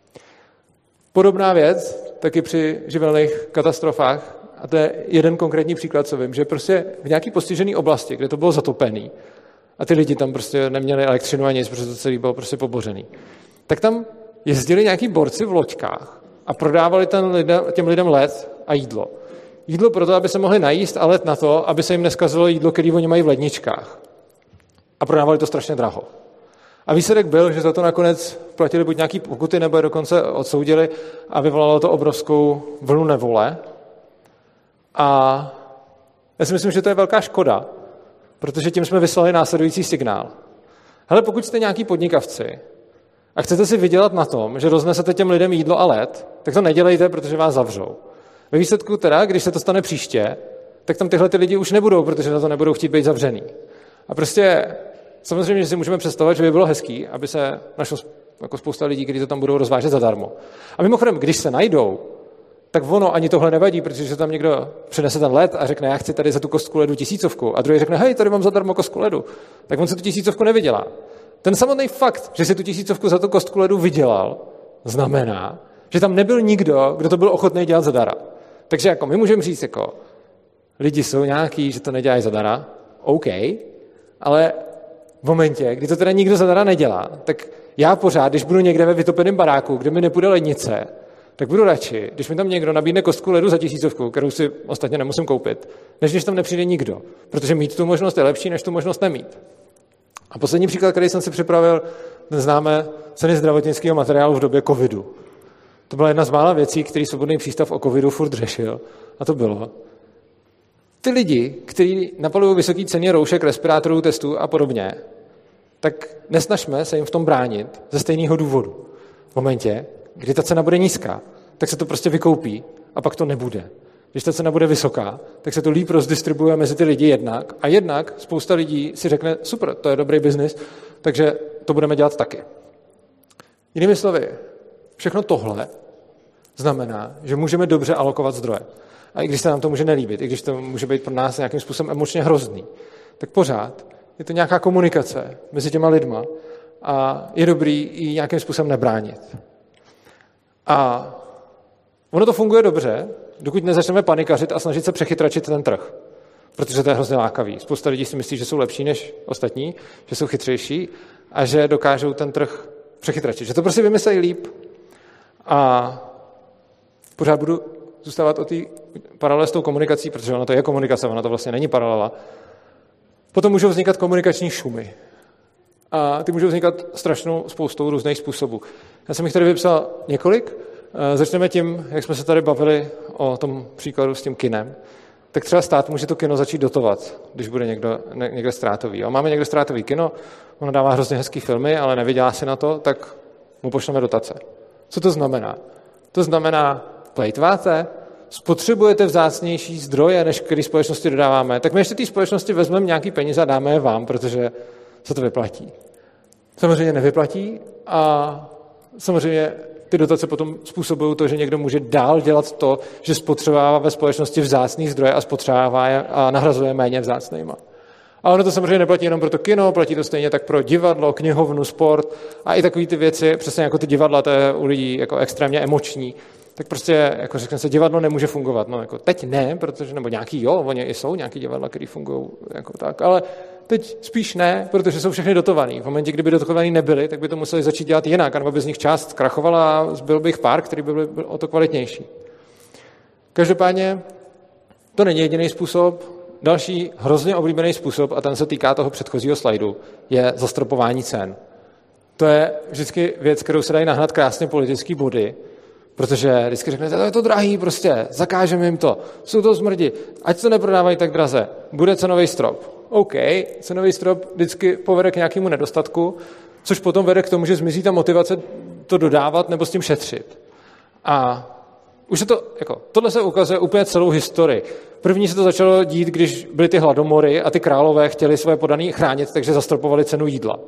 Podobná věc taky při živelných katastrofách, a to je jeden konkrétní příklad, co vím, že prostě v nějaký postižené oblasti, kde to bylo zatopený a ty lidi tam prostě neměli elektřinu a nic, protože to celé bylo prostě pobořený, tak tam jezdili nějaký borci v loďkách a prodávali těm lidem led a jídlo. Jídlo proto, aby se mohli najíst a led na to, aby se jim neskazilo jídlo, které oni mají v ledničkách. A prodávali to strašně draho. A výsledek byl, že za to nakonec platili buď nějaký pokuty, nebo je dokonce odsoudili a vyvolalo to obrovskou vlnu nevole. A já si myslím, že to je velká škoda, protože tím jsme vyslali následující signál. Hele, pokud jste nějaký podnikavci a chcete si vydělat na tom, že roznesete těm lidem jídlo a led, tak to nedělejte, protože vás zavřou. Ve výsledku teda, když se to stane příště, tak tam tyhle ty lidi už nebudou, protože na to nebudou chtít být zavřený. A prostě samozřejmě, že si můžeme představovat, že by bylo hezký, aby se našlo jako spousta lidí, kteří to tam budou rozvážet zadarmo. A mimochodem, když se najdou, tak ono ani tohle nevadí, protože se tam někdo přinese ten led a řekne, já chci tady za tu kostku ledu 1000, a druhý řekne, hej, tady mám zadarmo kostku ledu. Tak on se tu 1000 nevydělá. Ten samotný fakt, že si tu 1000 za tu kostku ledu vydělal, znamená, že tam nebyl nikdo, kdo to byl ochotný dělat zadara. Takže jako my můžeme říct, jako lidi jsou nějaký, že to nedělají zadara, OK, ale v momentě, kdy to teda nikdo zadara nedělá, tak já pořád, když budu někde ve vytopeném baráku, kde mi nepůjde lednice, tak budu radši, když mi tam někdo nabídne kostku ledu za 1000, kterou si ostatně nemusím koupit, než když tam nepřijde nikdo. Protože mít tu možnost je lepší, než tu možnost nemít. A poslední příklad, který jsem si připravil, známe ceny zdravotnického materiálu v době covidu. To byla jedna z mála věcí, který Svobodný přístav o covidu furt řešil. A to bylo, ty lidi, kteří napalují vysoké ceny roušek, respirátorů, testů a podobně, tak nesnažme se jim v tom bránit ze stejného důvodu. V momentě, kdy ta cena bude nízká, tak se to prostě vykoupí a pak to nebude. Když ta cena bude vysoká, tak se to líp rozdistribuje mezi ty lidi jednak a jednak spousta lidí si řekne, super, to je dobrý biznis, takže to budeme dělat taky. Jinými slovy, všechno tohle znamená, že můžeme dobře alokovat zdroje. A i když se nám to může nelíbit, i když to může být pro nás nějakým způsobem emočně hrozný, tak pořád je to nějaká komunikace mezi těma lidma a je dobrý ji nějakým způsobem nebránit. A ono to funguje dobře, dokud nezačneme panikařit a snažit se přechytračit ten trh. Protože to je hrozně lákavý. Spousta lidí si myslí, že jsou lepší než ostatní, že jsou chytřejší a že dokážou ten trh přechytračit. Že to prostě vymyslejí líp. A pořád budu zůstávat o té paralele s tou komunikací, protože ono to je komunikace, ono to vlastně není paralela. Potom můžou vznikat komunikační šumy. A ty můžou vznikat strašnou spoustou různých způsobů. Já jsem jich tady vypsal několik. Začneme tím, jak jsme se tady bavili o tom příkladu s tím kinem. Tak třeba stát může to kino začít dotovat, když bude někde ztrátový. A máme někde ztrátový kino, ono dává hrozně hezký filmy, ale nevydělá si na to, tak mu pošleme dotace. Co to znamená? To znamená, plejtváte, spotřebujete vzácnější zdroje, než který společnosti dodáváme, tak my ještě té společnosti vezmeme nějaký peníze a dáme je vám, protože se to vyplatí. Samozřejmě nevyplatí a samozřejmě ty dotace potom způsobují to, že někdo může dál dělat to, že spotřebává ve společnosti vzácný zdroje a spotřebává je a nahrazuje méně vzácnýma. A ono to samozřejmě neplatí jenom pro to kino, platí to stejně tak pro divadlo, knihovnu, sport a i takové ty věci, přesně jako ty divadla, to je u lidí jako extrémně emoční. Tak prostě, jako řekne se, divadlo nemůže fungovat. No, jako teď ne, protože, nebo nějaký jo, oni i jsou nějaký divadla, které fungují jako tak, ale teď spíš ne, protože jsou všechny dotovaný. V momentě, kdyby dotovaný nebyly, tak by to museli začít dělat jinak, anebo by z nich část zkrachovala a zbyl by jich pár, který by byl o to kvalitnější. Každopádně to není jediný způsob. Další hrozně oblíbený způsob, a ten se týká toho předchozího slajdu, je zastropování cen. To je vždycky věc, kterou se dají nahnat krásně politický body, protože vždycky řeknete, to je to drahý, prostě, zakážeme jim to, jsou to zmrdi, ať to neprodávají tak draze, bude cenový strop. OK, cenový strop vždycky povede k nějakému nedostatku, což potom vede k tomu, že zmizí ta motivace to dodávat nebo s tím šetřit. A už se to, jako, tohle se ukazuje úplně celou historii. První se to začalo dít, když byly ty hladomory a ty králové chtěli své podaný chránit, takže zastropovali cenu jídla.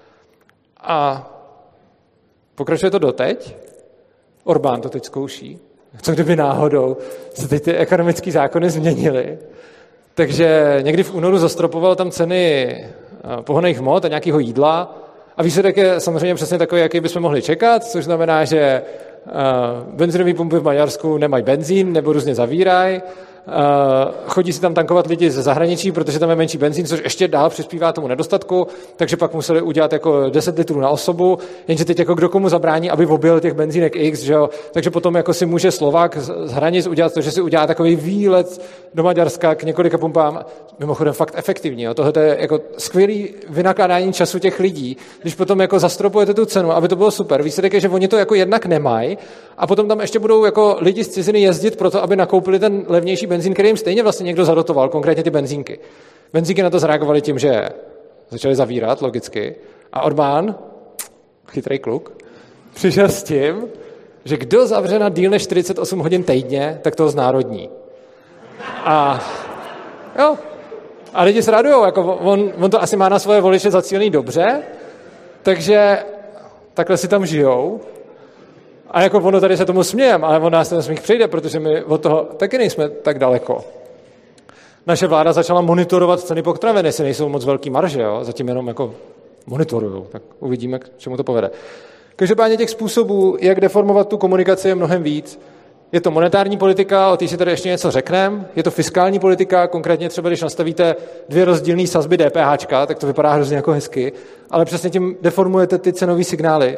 A pokračuje to doteď. Orbán to teď zkouší. Co kdyby náhodou se teď ty ekonomické zákony změnily. Takže někdy v únoru zastropoval tam ceny pohonných hmot a nějakého jídla a výsledek je samozřejmě přesně takový, jaký bychom mohli čekat, což znamená, že benzinové pumpy v Maďarsku nemají benzín nebo různě zavírají, chodí si tam tankovat lidi ze zahraničí, protože tam je menší benzín, což ještě dál přispívá tomu nedostatku, takže pak museli udělat jako 10 litrů na osobu, jenže teď jako kdo komu zabrání, aby objel těch benzínek X, že jo? Takže potom jako si může Slovák z hranic udělat to, že si udělá takový výlet do Maďarska k několika pumpám, mimochodem fakt efektivní. Jo? Tohle je jako skvělý vynakládání času těch lidí, když potom jako zastropujete tu cenu, aby to bylo super. Výsledek je, že oni to jako jednak nemají a potom tam ještě budou jako lidi z ciziny jezdit proto, aby nakoupili ten levnější benzín, který jim stejně vlastně někdo zadotoval, konkrétně ty benzínky. Benzínky na to zareagovali tím, že začali zavírat, logicky, a Orbán, chytrý kluk, přišel s tím, že kdo zavře na díl než 48 hodin týdně, tak toho znárodní. A jo, a lidi se radujou, jako on to asi má na svoje voliče zacílený dobře, takže takhle si tam žijou. A jako ono tady se tomu smějem, ale on nás ten smích přijde, protože my od toho taky nejsme tak daleko. Naše vláda začala monitorovat ceny potravin, jestli nejsou moc velký marže, jo? Zatím jenom jako monitorujou, tak uvidíme, k čemu to povede. Každopádně těch způsobů, jak deformovat tu komunikaci, je mnohem víc. Je to monetární politika, o té si tady ještě něco řekneme. Je to fiskální politika, konkrétně třeba, když nastavíte 2 rozdílné sazby DPH, tak to vypadá hrozně jako hezky, ale přesně tím deformujete ty cenové signály.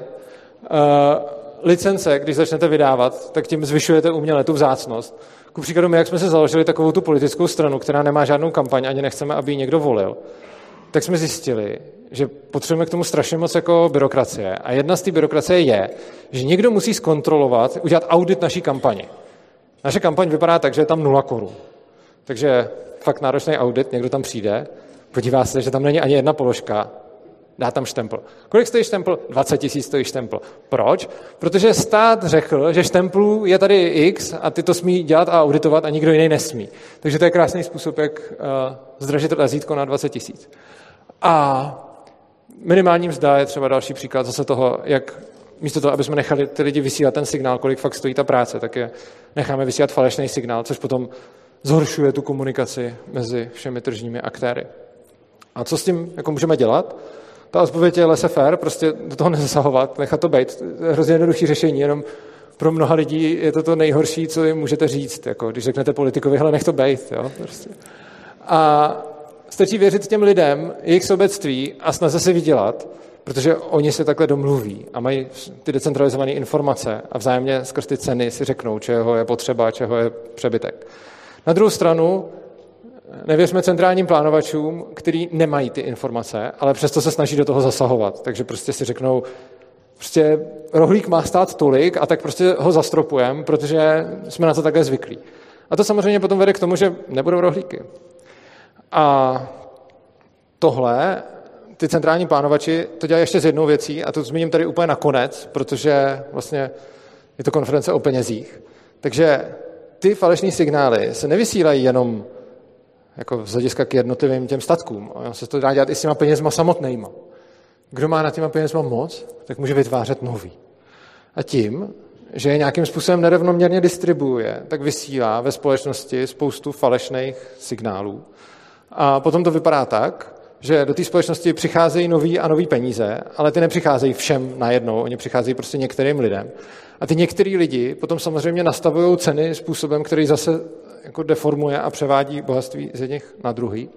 Licence, když začnete vydávat, tak tím zvyšujete uměle tu vzácnost. Ku příkladu my, jak jsme se založili takovou tu politickou stranu, která nemá žádnou kampaň, ani nechceme, aby ji někdo volil, tak jsme zjistili, že potřebujeme k tomu strašně moc jako byrokracie. A jedna z té byrokracie je, že někdo musí zkontrolovat, udělat audit naší kampani. Naše kampaň vypadá tak, že je tam 0 korun. Takže fakt náročný audit, někdo tam přijde, podívá se, že tam není ani jedna položka, dá tam štempl. Kolik stojí štempl? 20 000 stojí štempl. Proč? Protože stát řekl, že štemplů je tady X a ty to smí dělat a auditovat a nikdo jiný nesmí. Takže to je krásný způsob, jak zdražit razítko na 20 000. A minimální mzda je třeba další příklad zase toho, jak místo toho, aby jsme nechali ty lidi vysílat ten signál, kolik fakt stojí ta práce, tak je necháme vysílat falešný signál, což potom zhoršuje tu komunikaci mezi všemi tržními aktéry. A co s tím jako můžeme dělat? Ta odpověď je laissez-faire, prostě do toho nezasahovat, nechat to být. To je hrozně jednoduché řešení, jenom pro mnoha lidí je to nejhorší, co jim můžete říct. Jako, když řeknete politikovi, hele, nech to být. Jo? Prostě. A stačí věřit těm lidem, jejich sobectví a snaze si vydělat, protože oni se takhle domluví a mají ty decentralizované informace a vzájemně skrz ty ceny si řeknou, čeho je potřeba, čeho je přebytek. Na druhou stranu nevěřme centrálním plánovačům, který nemají ty informace, ale přesto se snaží do toho zasahovat. Takže prostě si řeknou, prostě rohlík má stát tolik a tak prostě ho zastropujeme, protože jsme na to takhle zvyklí. A to samozřejmě potom vede k tomu, že nebudou rohlíky. A tohle, ty centrální plánovači, to dělají ještě s jednou věcí a to zmíním tady úplně nakonec, protože vlastně je to konference o penězích. Takže ty falešné signály se nevysílají jenom jako z hlediska k jednotlivým těm statkům. A se to dá dělat i s těma penězma samotnýma. Kdo má na těma penězma moc, tak může vytvářet nový. A tím, že je nějakým způsobem nerovnoměrně distribuuje, tak vysílá ve společnosti spoustu falešných signálů. A potom to vypadá tak, že do té společnosti přicházejí nový a nový peníze, ale ty nepřicházejí všem najednou, oni přicházejí prostě některým lidem. A ty některý lidi potom samozřejmě nastavují ceny způsobem, který zase jako deformuje a převádí bohatství z jedných na druhý.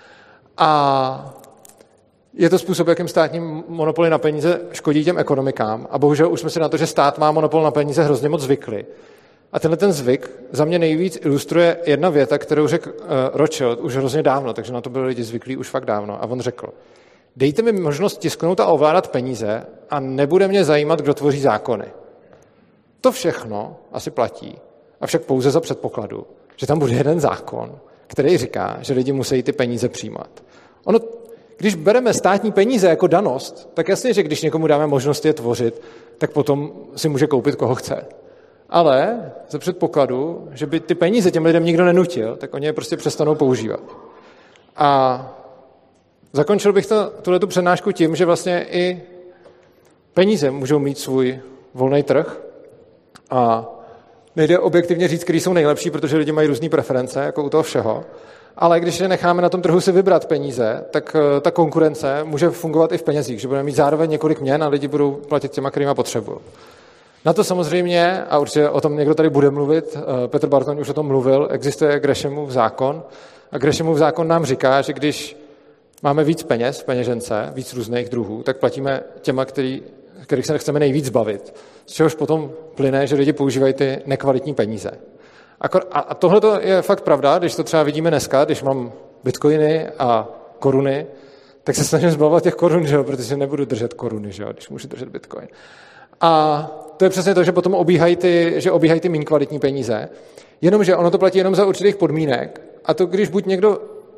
A je to způsob, jakým státní monopoly na peníze škodí těm ekonomikám. A bohužel už jsme si na to, že stát má monopol na peníze, hrozně moc zvykli. A tenhle ten zvyk za mě nejvíc ilustruje jedna věta, kterou řekl Rothschild už hrozně dávno, takže na to byli lidi zvyklí už fakt dávno. A on řekl, dejte mi možnost tisknout a ovládat peníze a nebude mě zajímat, kdo tvoří zákony. To všechno asi platí, avšak pouze za předpokladu, že tam bude jeden zákon, který říká, že lidi musí ty peníze přijímat. Ono, když bereme státní peníze jako danost, tak jasně, že když někomu dáme možnost je tvořit, tak potom si může koupit, koho chce. Ale za předpokladu, že by ty peníze těm lidem nikdo nenutil, tak oni je prostě přestanou používat. A zakončil bych tuhletu přednášku tím, že vlastně i peníze můžou mít svůj volný trh a nejde objektivně říct, který jsou nejlepší, protože lidi mají různé preference, jako u toho všeho. Ale když je necháme na tom trhu si vybrat peníze, tak ta konkurence může fungovat i v penězích, že budeme mít zároveň několik měn a lidi budou platit těma, kterýma potřebují. Na to samozřejmě, a určitě o tom někdo tady bude mluvit, Petr Bartoň už o tom mluvil, existuje Grešemův zákon. A Grešemův zákon nám říká, že když máme víc peněz v peněžence, víc různých druhů, tak platíme těma, kterých se chceme nejvíc bavit. Z čehož potom plyne, že lidi používají ty nekvalitní peníze. A tohle je fakt pravda, když to třeba vidíme dneska, když mám bitcoiny a koruny, tak se snažím zbavovat těch korun, že jo? Protože nebudu držet koruny, že jo? Když můžu držet bitcoin. A to je přesně to, že potom obíhají ty méně kvalitní peníze, jenomže ono to platí jenom za určitých podmínek a to, když buď někdo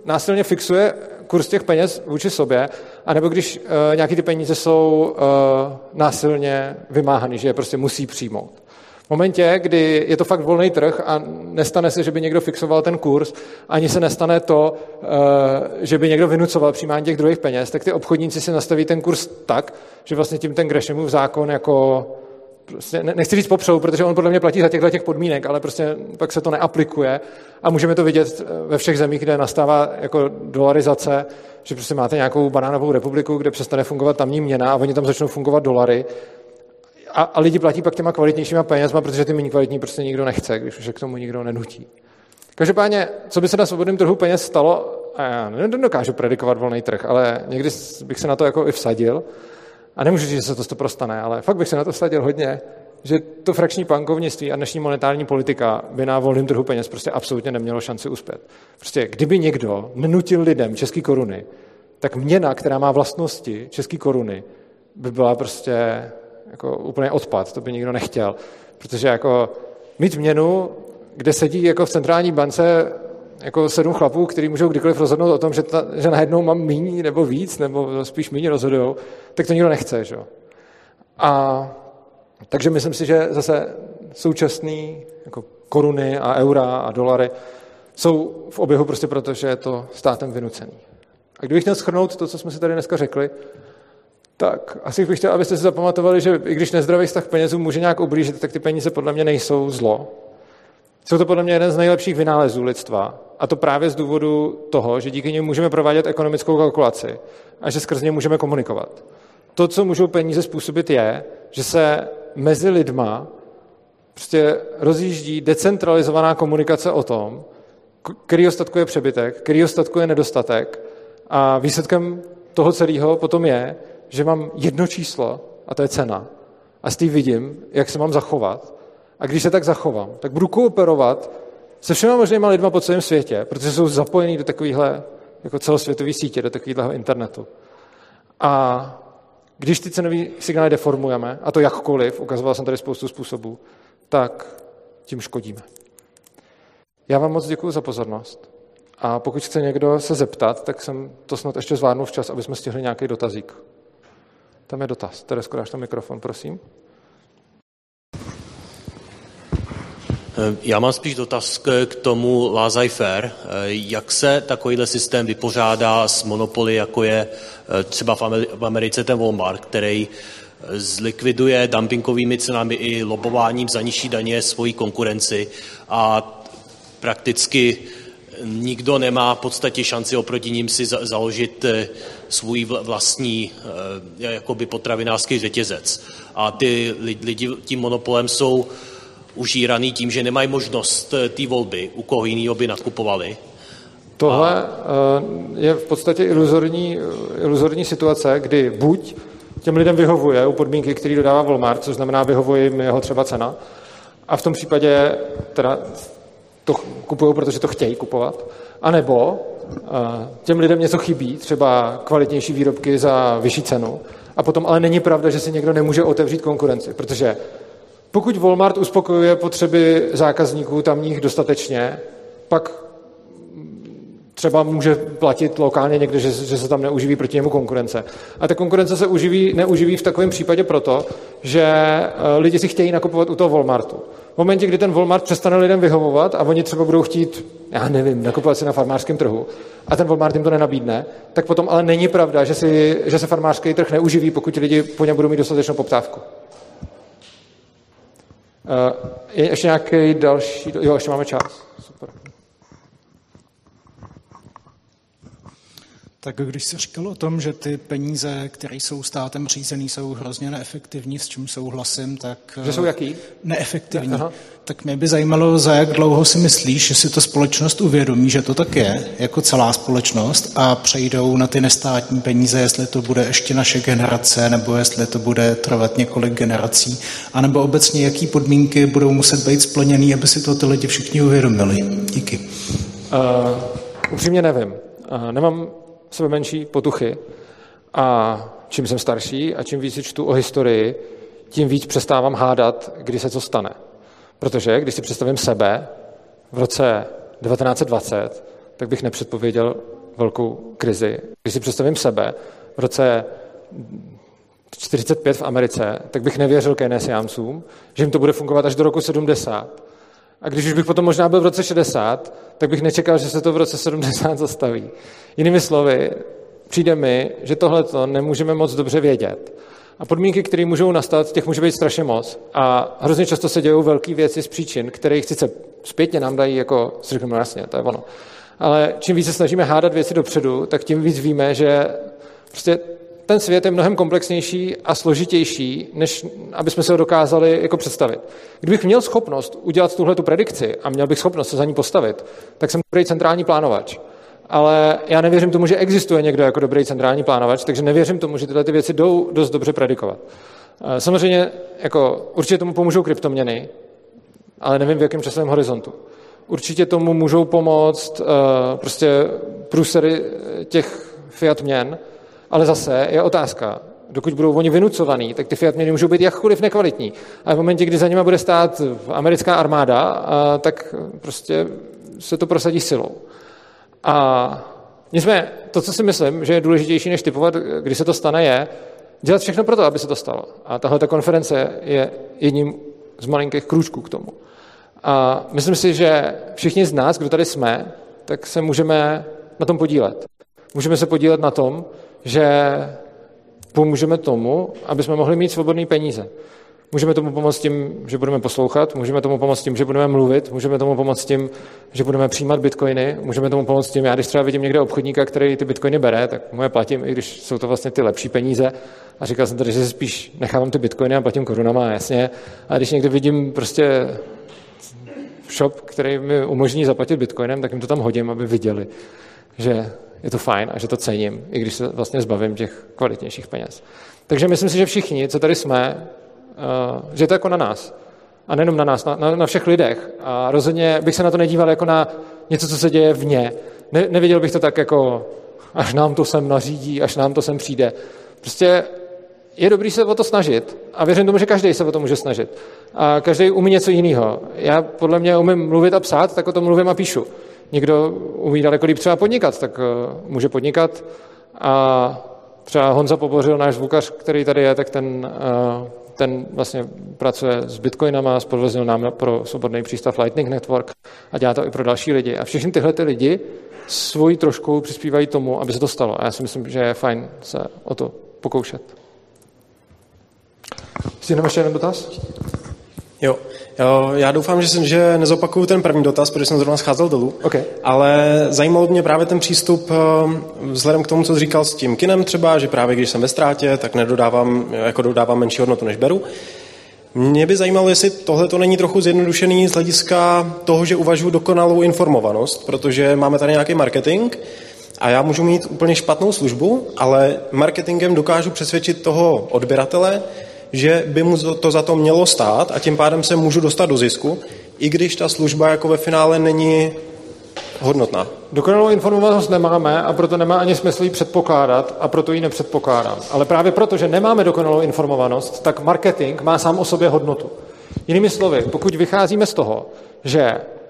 násilně fixuje kurz těch peněz vůči sobě, anebo když nějaký ty peníze jsou násilně vymáhaný, že je prostě musí přijmout. V momentě, kdy je to fakt volný trh a nestane se, že by někdo fixoval ten kurz, ani se nestane to, že by někdo vynucoval přijímání těch druhých peněz, tak ty obchodníci si nastaví ten kurz tak, že vlastně tím ten Greshamův zákon jako prostě, nechci říct popřou, protože on podle mě platí za těch podmínek, ale prostě pak se to neaplikuje a můžeme to vidět ve všech zemích, kde nastává jako dolarizace, že prostě máte nějakou banánovou republiku, kde přestane fungovat tamní měna a oni tam začnou fungovat dolary a lidi platí pak těma kvalitnějšíma penězma, protože ty méně kvalitní prostě nikdo nechce, když už se k tomu nikdo nenutí. Každopádně, co by se na svobodném trhu peněz stalo, a já nedokážu predikovat volný trh, ale někdy bych se na to jako i vsadil, a nemůžu říct, že se to 100% stane, ale fakt bych se na to vsadil hodně, že to frakční bankovnictví a dnešní monetární politika by na volném trhu peněz prostě absolutně nemělo šanci uspět. Prostě kdyby někdo nenutil lidem české koruny, tak měna, která má vlastnosti české koruny, by byla prostě jako úplně odpad, to by nikdo nechtěl. Protože jako mít měnu, kde sedí jako v centrální bance jako 7 chlapů, kteří můžou kdykoliv rozhodnout o tom, že najednou mám míň nebo víc, nebo spíš míň rozhodujou, tak to nikdo nechce. Že? Takže myslím si, že zase současný jako koruny a eura a dolary jsou v oběhu prostě proto, že je to státem vynucený. A kdybych měl shrnout to, co jsme si tady dneska řekli, tak asi bych chtěl, abyste si zapamatovali, že i když nezdravý vztah k penězům může nějak ublížit, tak ty peníze podle mě nejsou zlo. Jsou to podle mě jeden z nejlepších vynálezů lidstva. A to právě z důvodu toho, že díky nim můžeme provádět ekonomickou kalkulaci a že skrz ně můžeme komunikovat. To, co můžou peníze způsobit, je, že se mezi lidma prostě rozjíždí decentralizovaná komunikace o tom, který statku je přebytek, který statku je nedostatek a výsledkem toho celého potom je, že mám jedno číslo a to je cena. A z té vidím, jak se mám zachovat. A když se tak zachovám, tak budu kooperovat se všema možnýma lidma po celém světě, protože jsou zapojení do takovéhle jako celosvětové sítě, do takového internetu. A když ty cenové signály deformujeme, a to jakkoliv, ukazoval jsem tady spoustu způsobů, tak tím škodíme. Já vám moc děkuji za pozornost. A pokud chce někdo se zeptat, tak jsem to snad ještě zvládnu včas, aby jsme stihli nějaký dotazík. Tam je dotaz. Teresko, dáš tam mikrofon, prosím. Já mám spíš dotaz k tomu laissez-faire. Jak se takovýhle systém vypořádá s monopoly, jako je třeba v Americe ten Walmart, který zlikviduje dumpingovými cenami i lobováním za nižší daně svoji konkurenci a prakticky nikdo nemá v podstatě šanci oproti ním si založit svůj vlastní jakoby potravinářský řetězec. A ty lidi tím monopolem jsou užíraný tím, že nemají možnost té volby, u koho jinýho by nakupovali. Tohle je v podstatě iluzorní situace, kdy buď těm lidem vyhovuje u podmínky, který dodává Walmart, což znamená vyhovuje jim jeho třeba cena, a v tom případě teda to kupují, protože to chtějí kupovat, anebo těm lidem něco chybí, třeba kvalitnější výrobky za vyšší cenu, a potom ale není pravda, že si někdo nemůže otevřít konkurenci, protože pokud Walmart uspokojuje potřeby zákazníků tamních dostatečně, pak třeba může platit lokálně někde, že se tam neuživí proti němu konkurence. A ta konkurence se neuživí v takovém případě proto, že lidi si chtějí nakupovat u toho Walmartu. V momentě, kdy ten Walmart přestane lidem vyhovovat a oni třeba budou chtít, já nevím, nakupovat si na farmářském trhu a ten Walmart jim to nenabídne, tak potom ale není pravda, že se farmářský trh neuživí, pokud lidi po něm budou mít dostatečnou poptávku. Je ještě nějaký další... Jo, ještě máme čas. Super. Tak když jsi říkal o tom, že ty peníze, které jsou státem řízený, jsou hrozně neefektivní, s čím souhlasím, tak... Že jsou jaký? Neefektivní. Aha. Tak mě by zajímalo, za jak dlouho si myslíš, že si to společnost uvědomí, že to tak je, jako celá společnost, a přejdou na ty nestátní peníze, jestli to bude ještě naše generace, nebo jestli to bude trvat několik generací, anebo obecně, jaký podmínky budou muset být splněný, aby si to ty lidi všichni uvědomili. Díky. Upřímně nevím. Nemám sebe menší potuchy a čím jsem starší a čím víc čtu o historii, tím víc přestávám hádat, kdy se co stane. Protože když si představím sebe v roce 1920, tak bych nepředpověděl velkou krizi. Když si představím sebe v roce 45 v Americe, tak bych nevěřil keynesiáncům, že jim to bude fungovat až do roku 70. A když už bych potom možná byl v roce 60, tak bych nečekal, že se to v roce 70 zastaví. Jinými slovy, přijde mi, že tohleto nemůžeme moc dobře vědět. A podmínky, které můžou nastat, těch může být strašně moc. A hrozně často se dějou velké věci z příčin, které sice zpětně nám dají jako, si řekneme jasně, to je ono. Ale čím více snažíme hádat věci dopředu, tak tím víc víme, že prostě ten svět je mnohem komplexnější a složitější, než aby jsme se ho dokázali jako představit. Kdybych měl schopnost udělat tuhletu predikci a měl bych schopnost se za ní postavit, tak jsem dobrý centrální plánovač. Ale já nevěřím tomu, že existuje někdo jako dobrý centrální plánovač, takže nevěřím tomu, že tyhle ty věci jdou dost dobře predikovat. Samozřejmě jako určitě tomu pomůžou kryptoměny, ale nevím v jakém časovém horizontu. Určitě tomu můžou pomoct prostě průsery těch fiat měn, ale zase je otázka, dokud budou oni vynucovaný, tak ty fiat měny můžou být jakkoliv nekvalitní. A v momentě, kdy za nimi bude stát americká armáda, tak prostě se to prosadí silou. A nicméně to, co si myslím, že je důležitější, než typovat, kdy se to stane, je dělat všechno pro to, aby se to stalo. A tahleta konference je jedním z malinkých krůčků k tomu. A myslím si, že všichni z nás, kdo tady jsme, tak se můžeme na tom podílet. Můžeme se podílet na tom, že pomůžeme tomu, aby jsme mohli mít svobodné peníze. Můžeme tomu pomoct tím, že budeme poslouchat, můžeme tomu pomoct tím, že budeme mluvit, můžeme tomu pomoct tím, že budeme přijímat bitcoiny, můžeme tomu pomoct tím, já když třeba vidím někde obchodníka, který ty bitcoiny bere, tak mu je platím, i když jsou to vlastně ty lepší peníze. A říkal jsem tady, že spíš nechávám ty bitcoiny a platím korunama, jasně. A když někde vidím prostě shop, který mi umožní zaplatit bitcoinem, tak jim to tam hodím, aby viděli, že je to fajn a že to cením, i když se vlastně zbavím těch kvalitnějších peněz. Takže myslím si, že všichni, co tady jsme, že je to jako na nás. A nejenom na nás, na všech lidech. A rozhodně bych se na to nedíval jako na něco, co se děje vně. Neviděl bych to tak jako, až nám to sem nařídí, až nám to sem přijde. Prostě je dobrý se o to snažit. A věřím tomu, že každý se o to může snažit. A každý umí něco jiného. Já podle mě umím mluvit a psát, tak o tom mluvím a píšu. Někdo umí daleko líp třeba podnikat, tak může podnikat. A třeba Honza Pobořil, náš zvukař, který tady je, tak ten vlastně pracuje s bitcoinama, zprovoznil nám pro svobodný přístav Lightning Network a dělá to i pro další lidi. A všichni tyhle ty lidi svojí trošku přispívají tomu, aby se to stalo. A já si myslím, že je fajn se o to pokoušet. Stihneme ještě jeden dotaz? Jo, já doufám, že nezopakuju ten první dotaz, protože jsem zrovna scházel dolů, okay. Ale zajímal mě právě ten přístup vzhledem k tomu, co jsi říkal s tím kinem třeba, že právě když jsem ve ztrátě, tak dodávám menší hodnotu, než beru. Mě by zajímalo, jestli tohle to není trochu zjednodušený z hlediska toho, že uvažuji dokonalou informovanost, protože máme tady nějaký marketing a já můžu mít úplně špatnou službu, ale marketingem dokážu přesvědčit toho odběratele, že by mu to za to mělo stát a tím pádem se můžu dostat do zisku, i když ta služba jako ve finále není hodnotná. Dokonalou informovanost nemáme a proto nemá ani smysl ji předpokládat a proto ji nepředpokládám. Ale právě proto, že nemáme dokonalou informovanost, tak marketing má sám o sobě hodnotu. Jinými slovy, pokud vycházíme z toho, že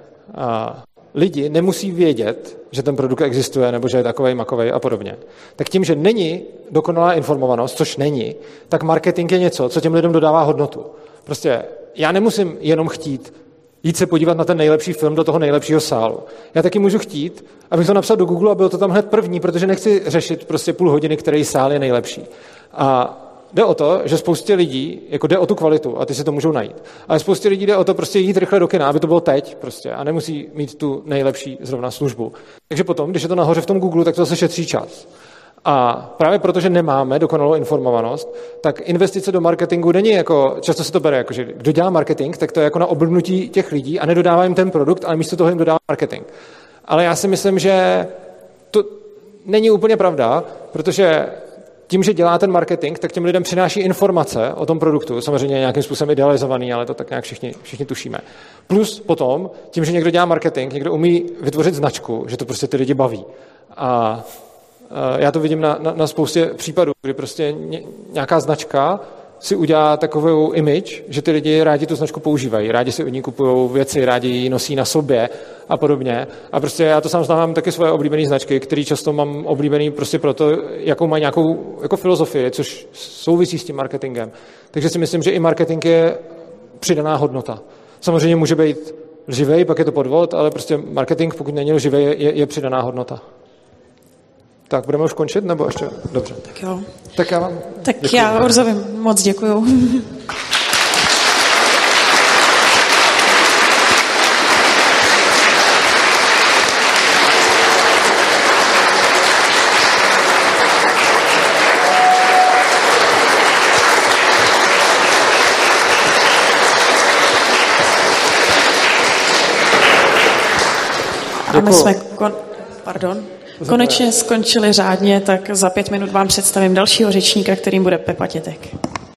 lidi nemusí vědět, že ten produkt existuje nebo že je takovej, makovej a podobně, tak tím, že není dokonalá informovanost, což není, tak marketing je něco, co těm lidem dodává hodnotu. Prostě já nemusím jenom chtít jít se podívat na ten nejlepší film do toho nejlepšího sálu. Já taky můžu chtít, abych to napsal do Google a bylo to tam hned první, protože nechci řešit prostě půl hodiny, který sál je nejlepší. A jde o to, že spoustě lidí, jako jde o tu kvalitu a ty si to můžou najít. Ale spoustě lidí jde o to prostě jít rychle do kina, aby to bylo teď prostě a nemusí mít tu nejlepší zrovna službu. Takže potom, když je to nahoře v tom Google, tak to zase šetří čas. A právě protože nemáme dokonalou informovanost, tak investice do marketingu není jako, často se to bere, jako, že kdo dělá marketing, tak to je jako na oblbnutí těch lidí a nedodává jim ten produkt, ale místo toho jim dodává marketing. Ale já si myslím, že to není úplně pravda, protože tím, že dělá ten marketing, tak těm lidem přináší informace o tom produktu, samozřejmě nějakým způsobem idealizovaný, ale to tak nějak všichni tušíme. Plus potom, tím, že někdo dělá marketing, někdo umí vytvořit značku, že to prostě ty lidi baví. A já to vidím na spoustě případů, kdy prostě nějaká značka si udělá takovou image, že ty lidi rádi tu značku používají, rádi si od ní kupují věci, rádi ji nosí na sobě a podobně. A prostě já to sám znám taky svoje oblíbené značky, které často mám oblíbený prostě proto, jakou mají nějakou jako filozofii, což souvisí s tím marketingem. Takže si myslím, že i marketing je přidaná hodnota. Samozřejmě může být lživej, pak je to podvod, ale prostě marketing, pokud není lživej, je přidaná hodnota. Tak, budeme už končit, nebo ještě? Dobře. Tak jo. Tak já vám děkuji. Já Urzovi moc děkuju. A my jsme konečně skončili řádně, tak za 5 minut vám představím dalšího řečníka, kterým bude Pepa Tětek.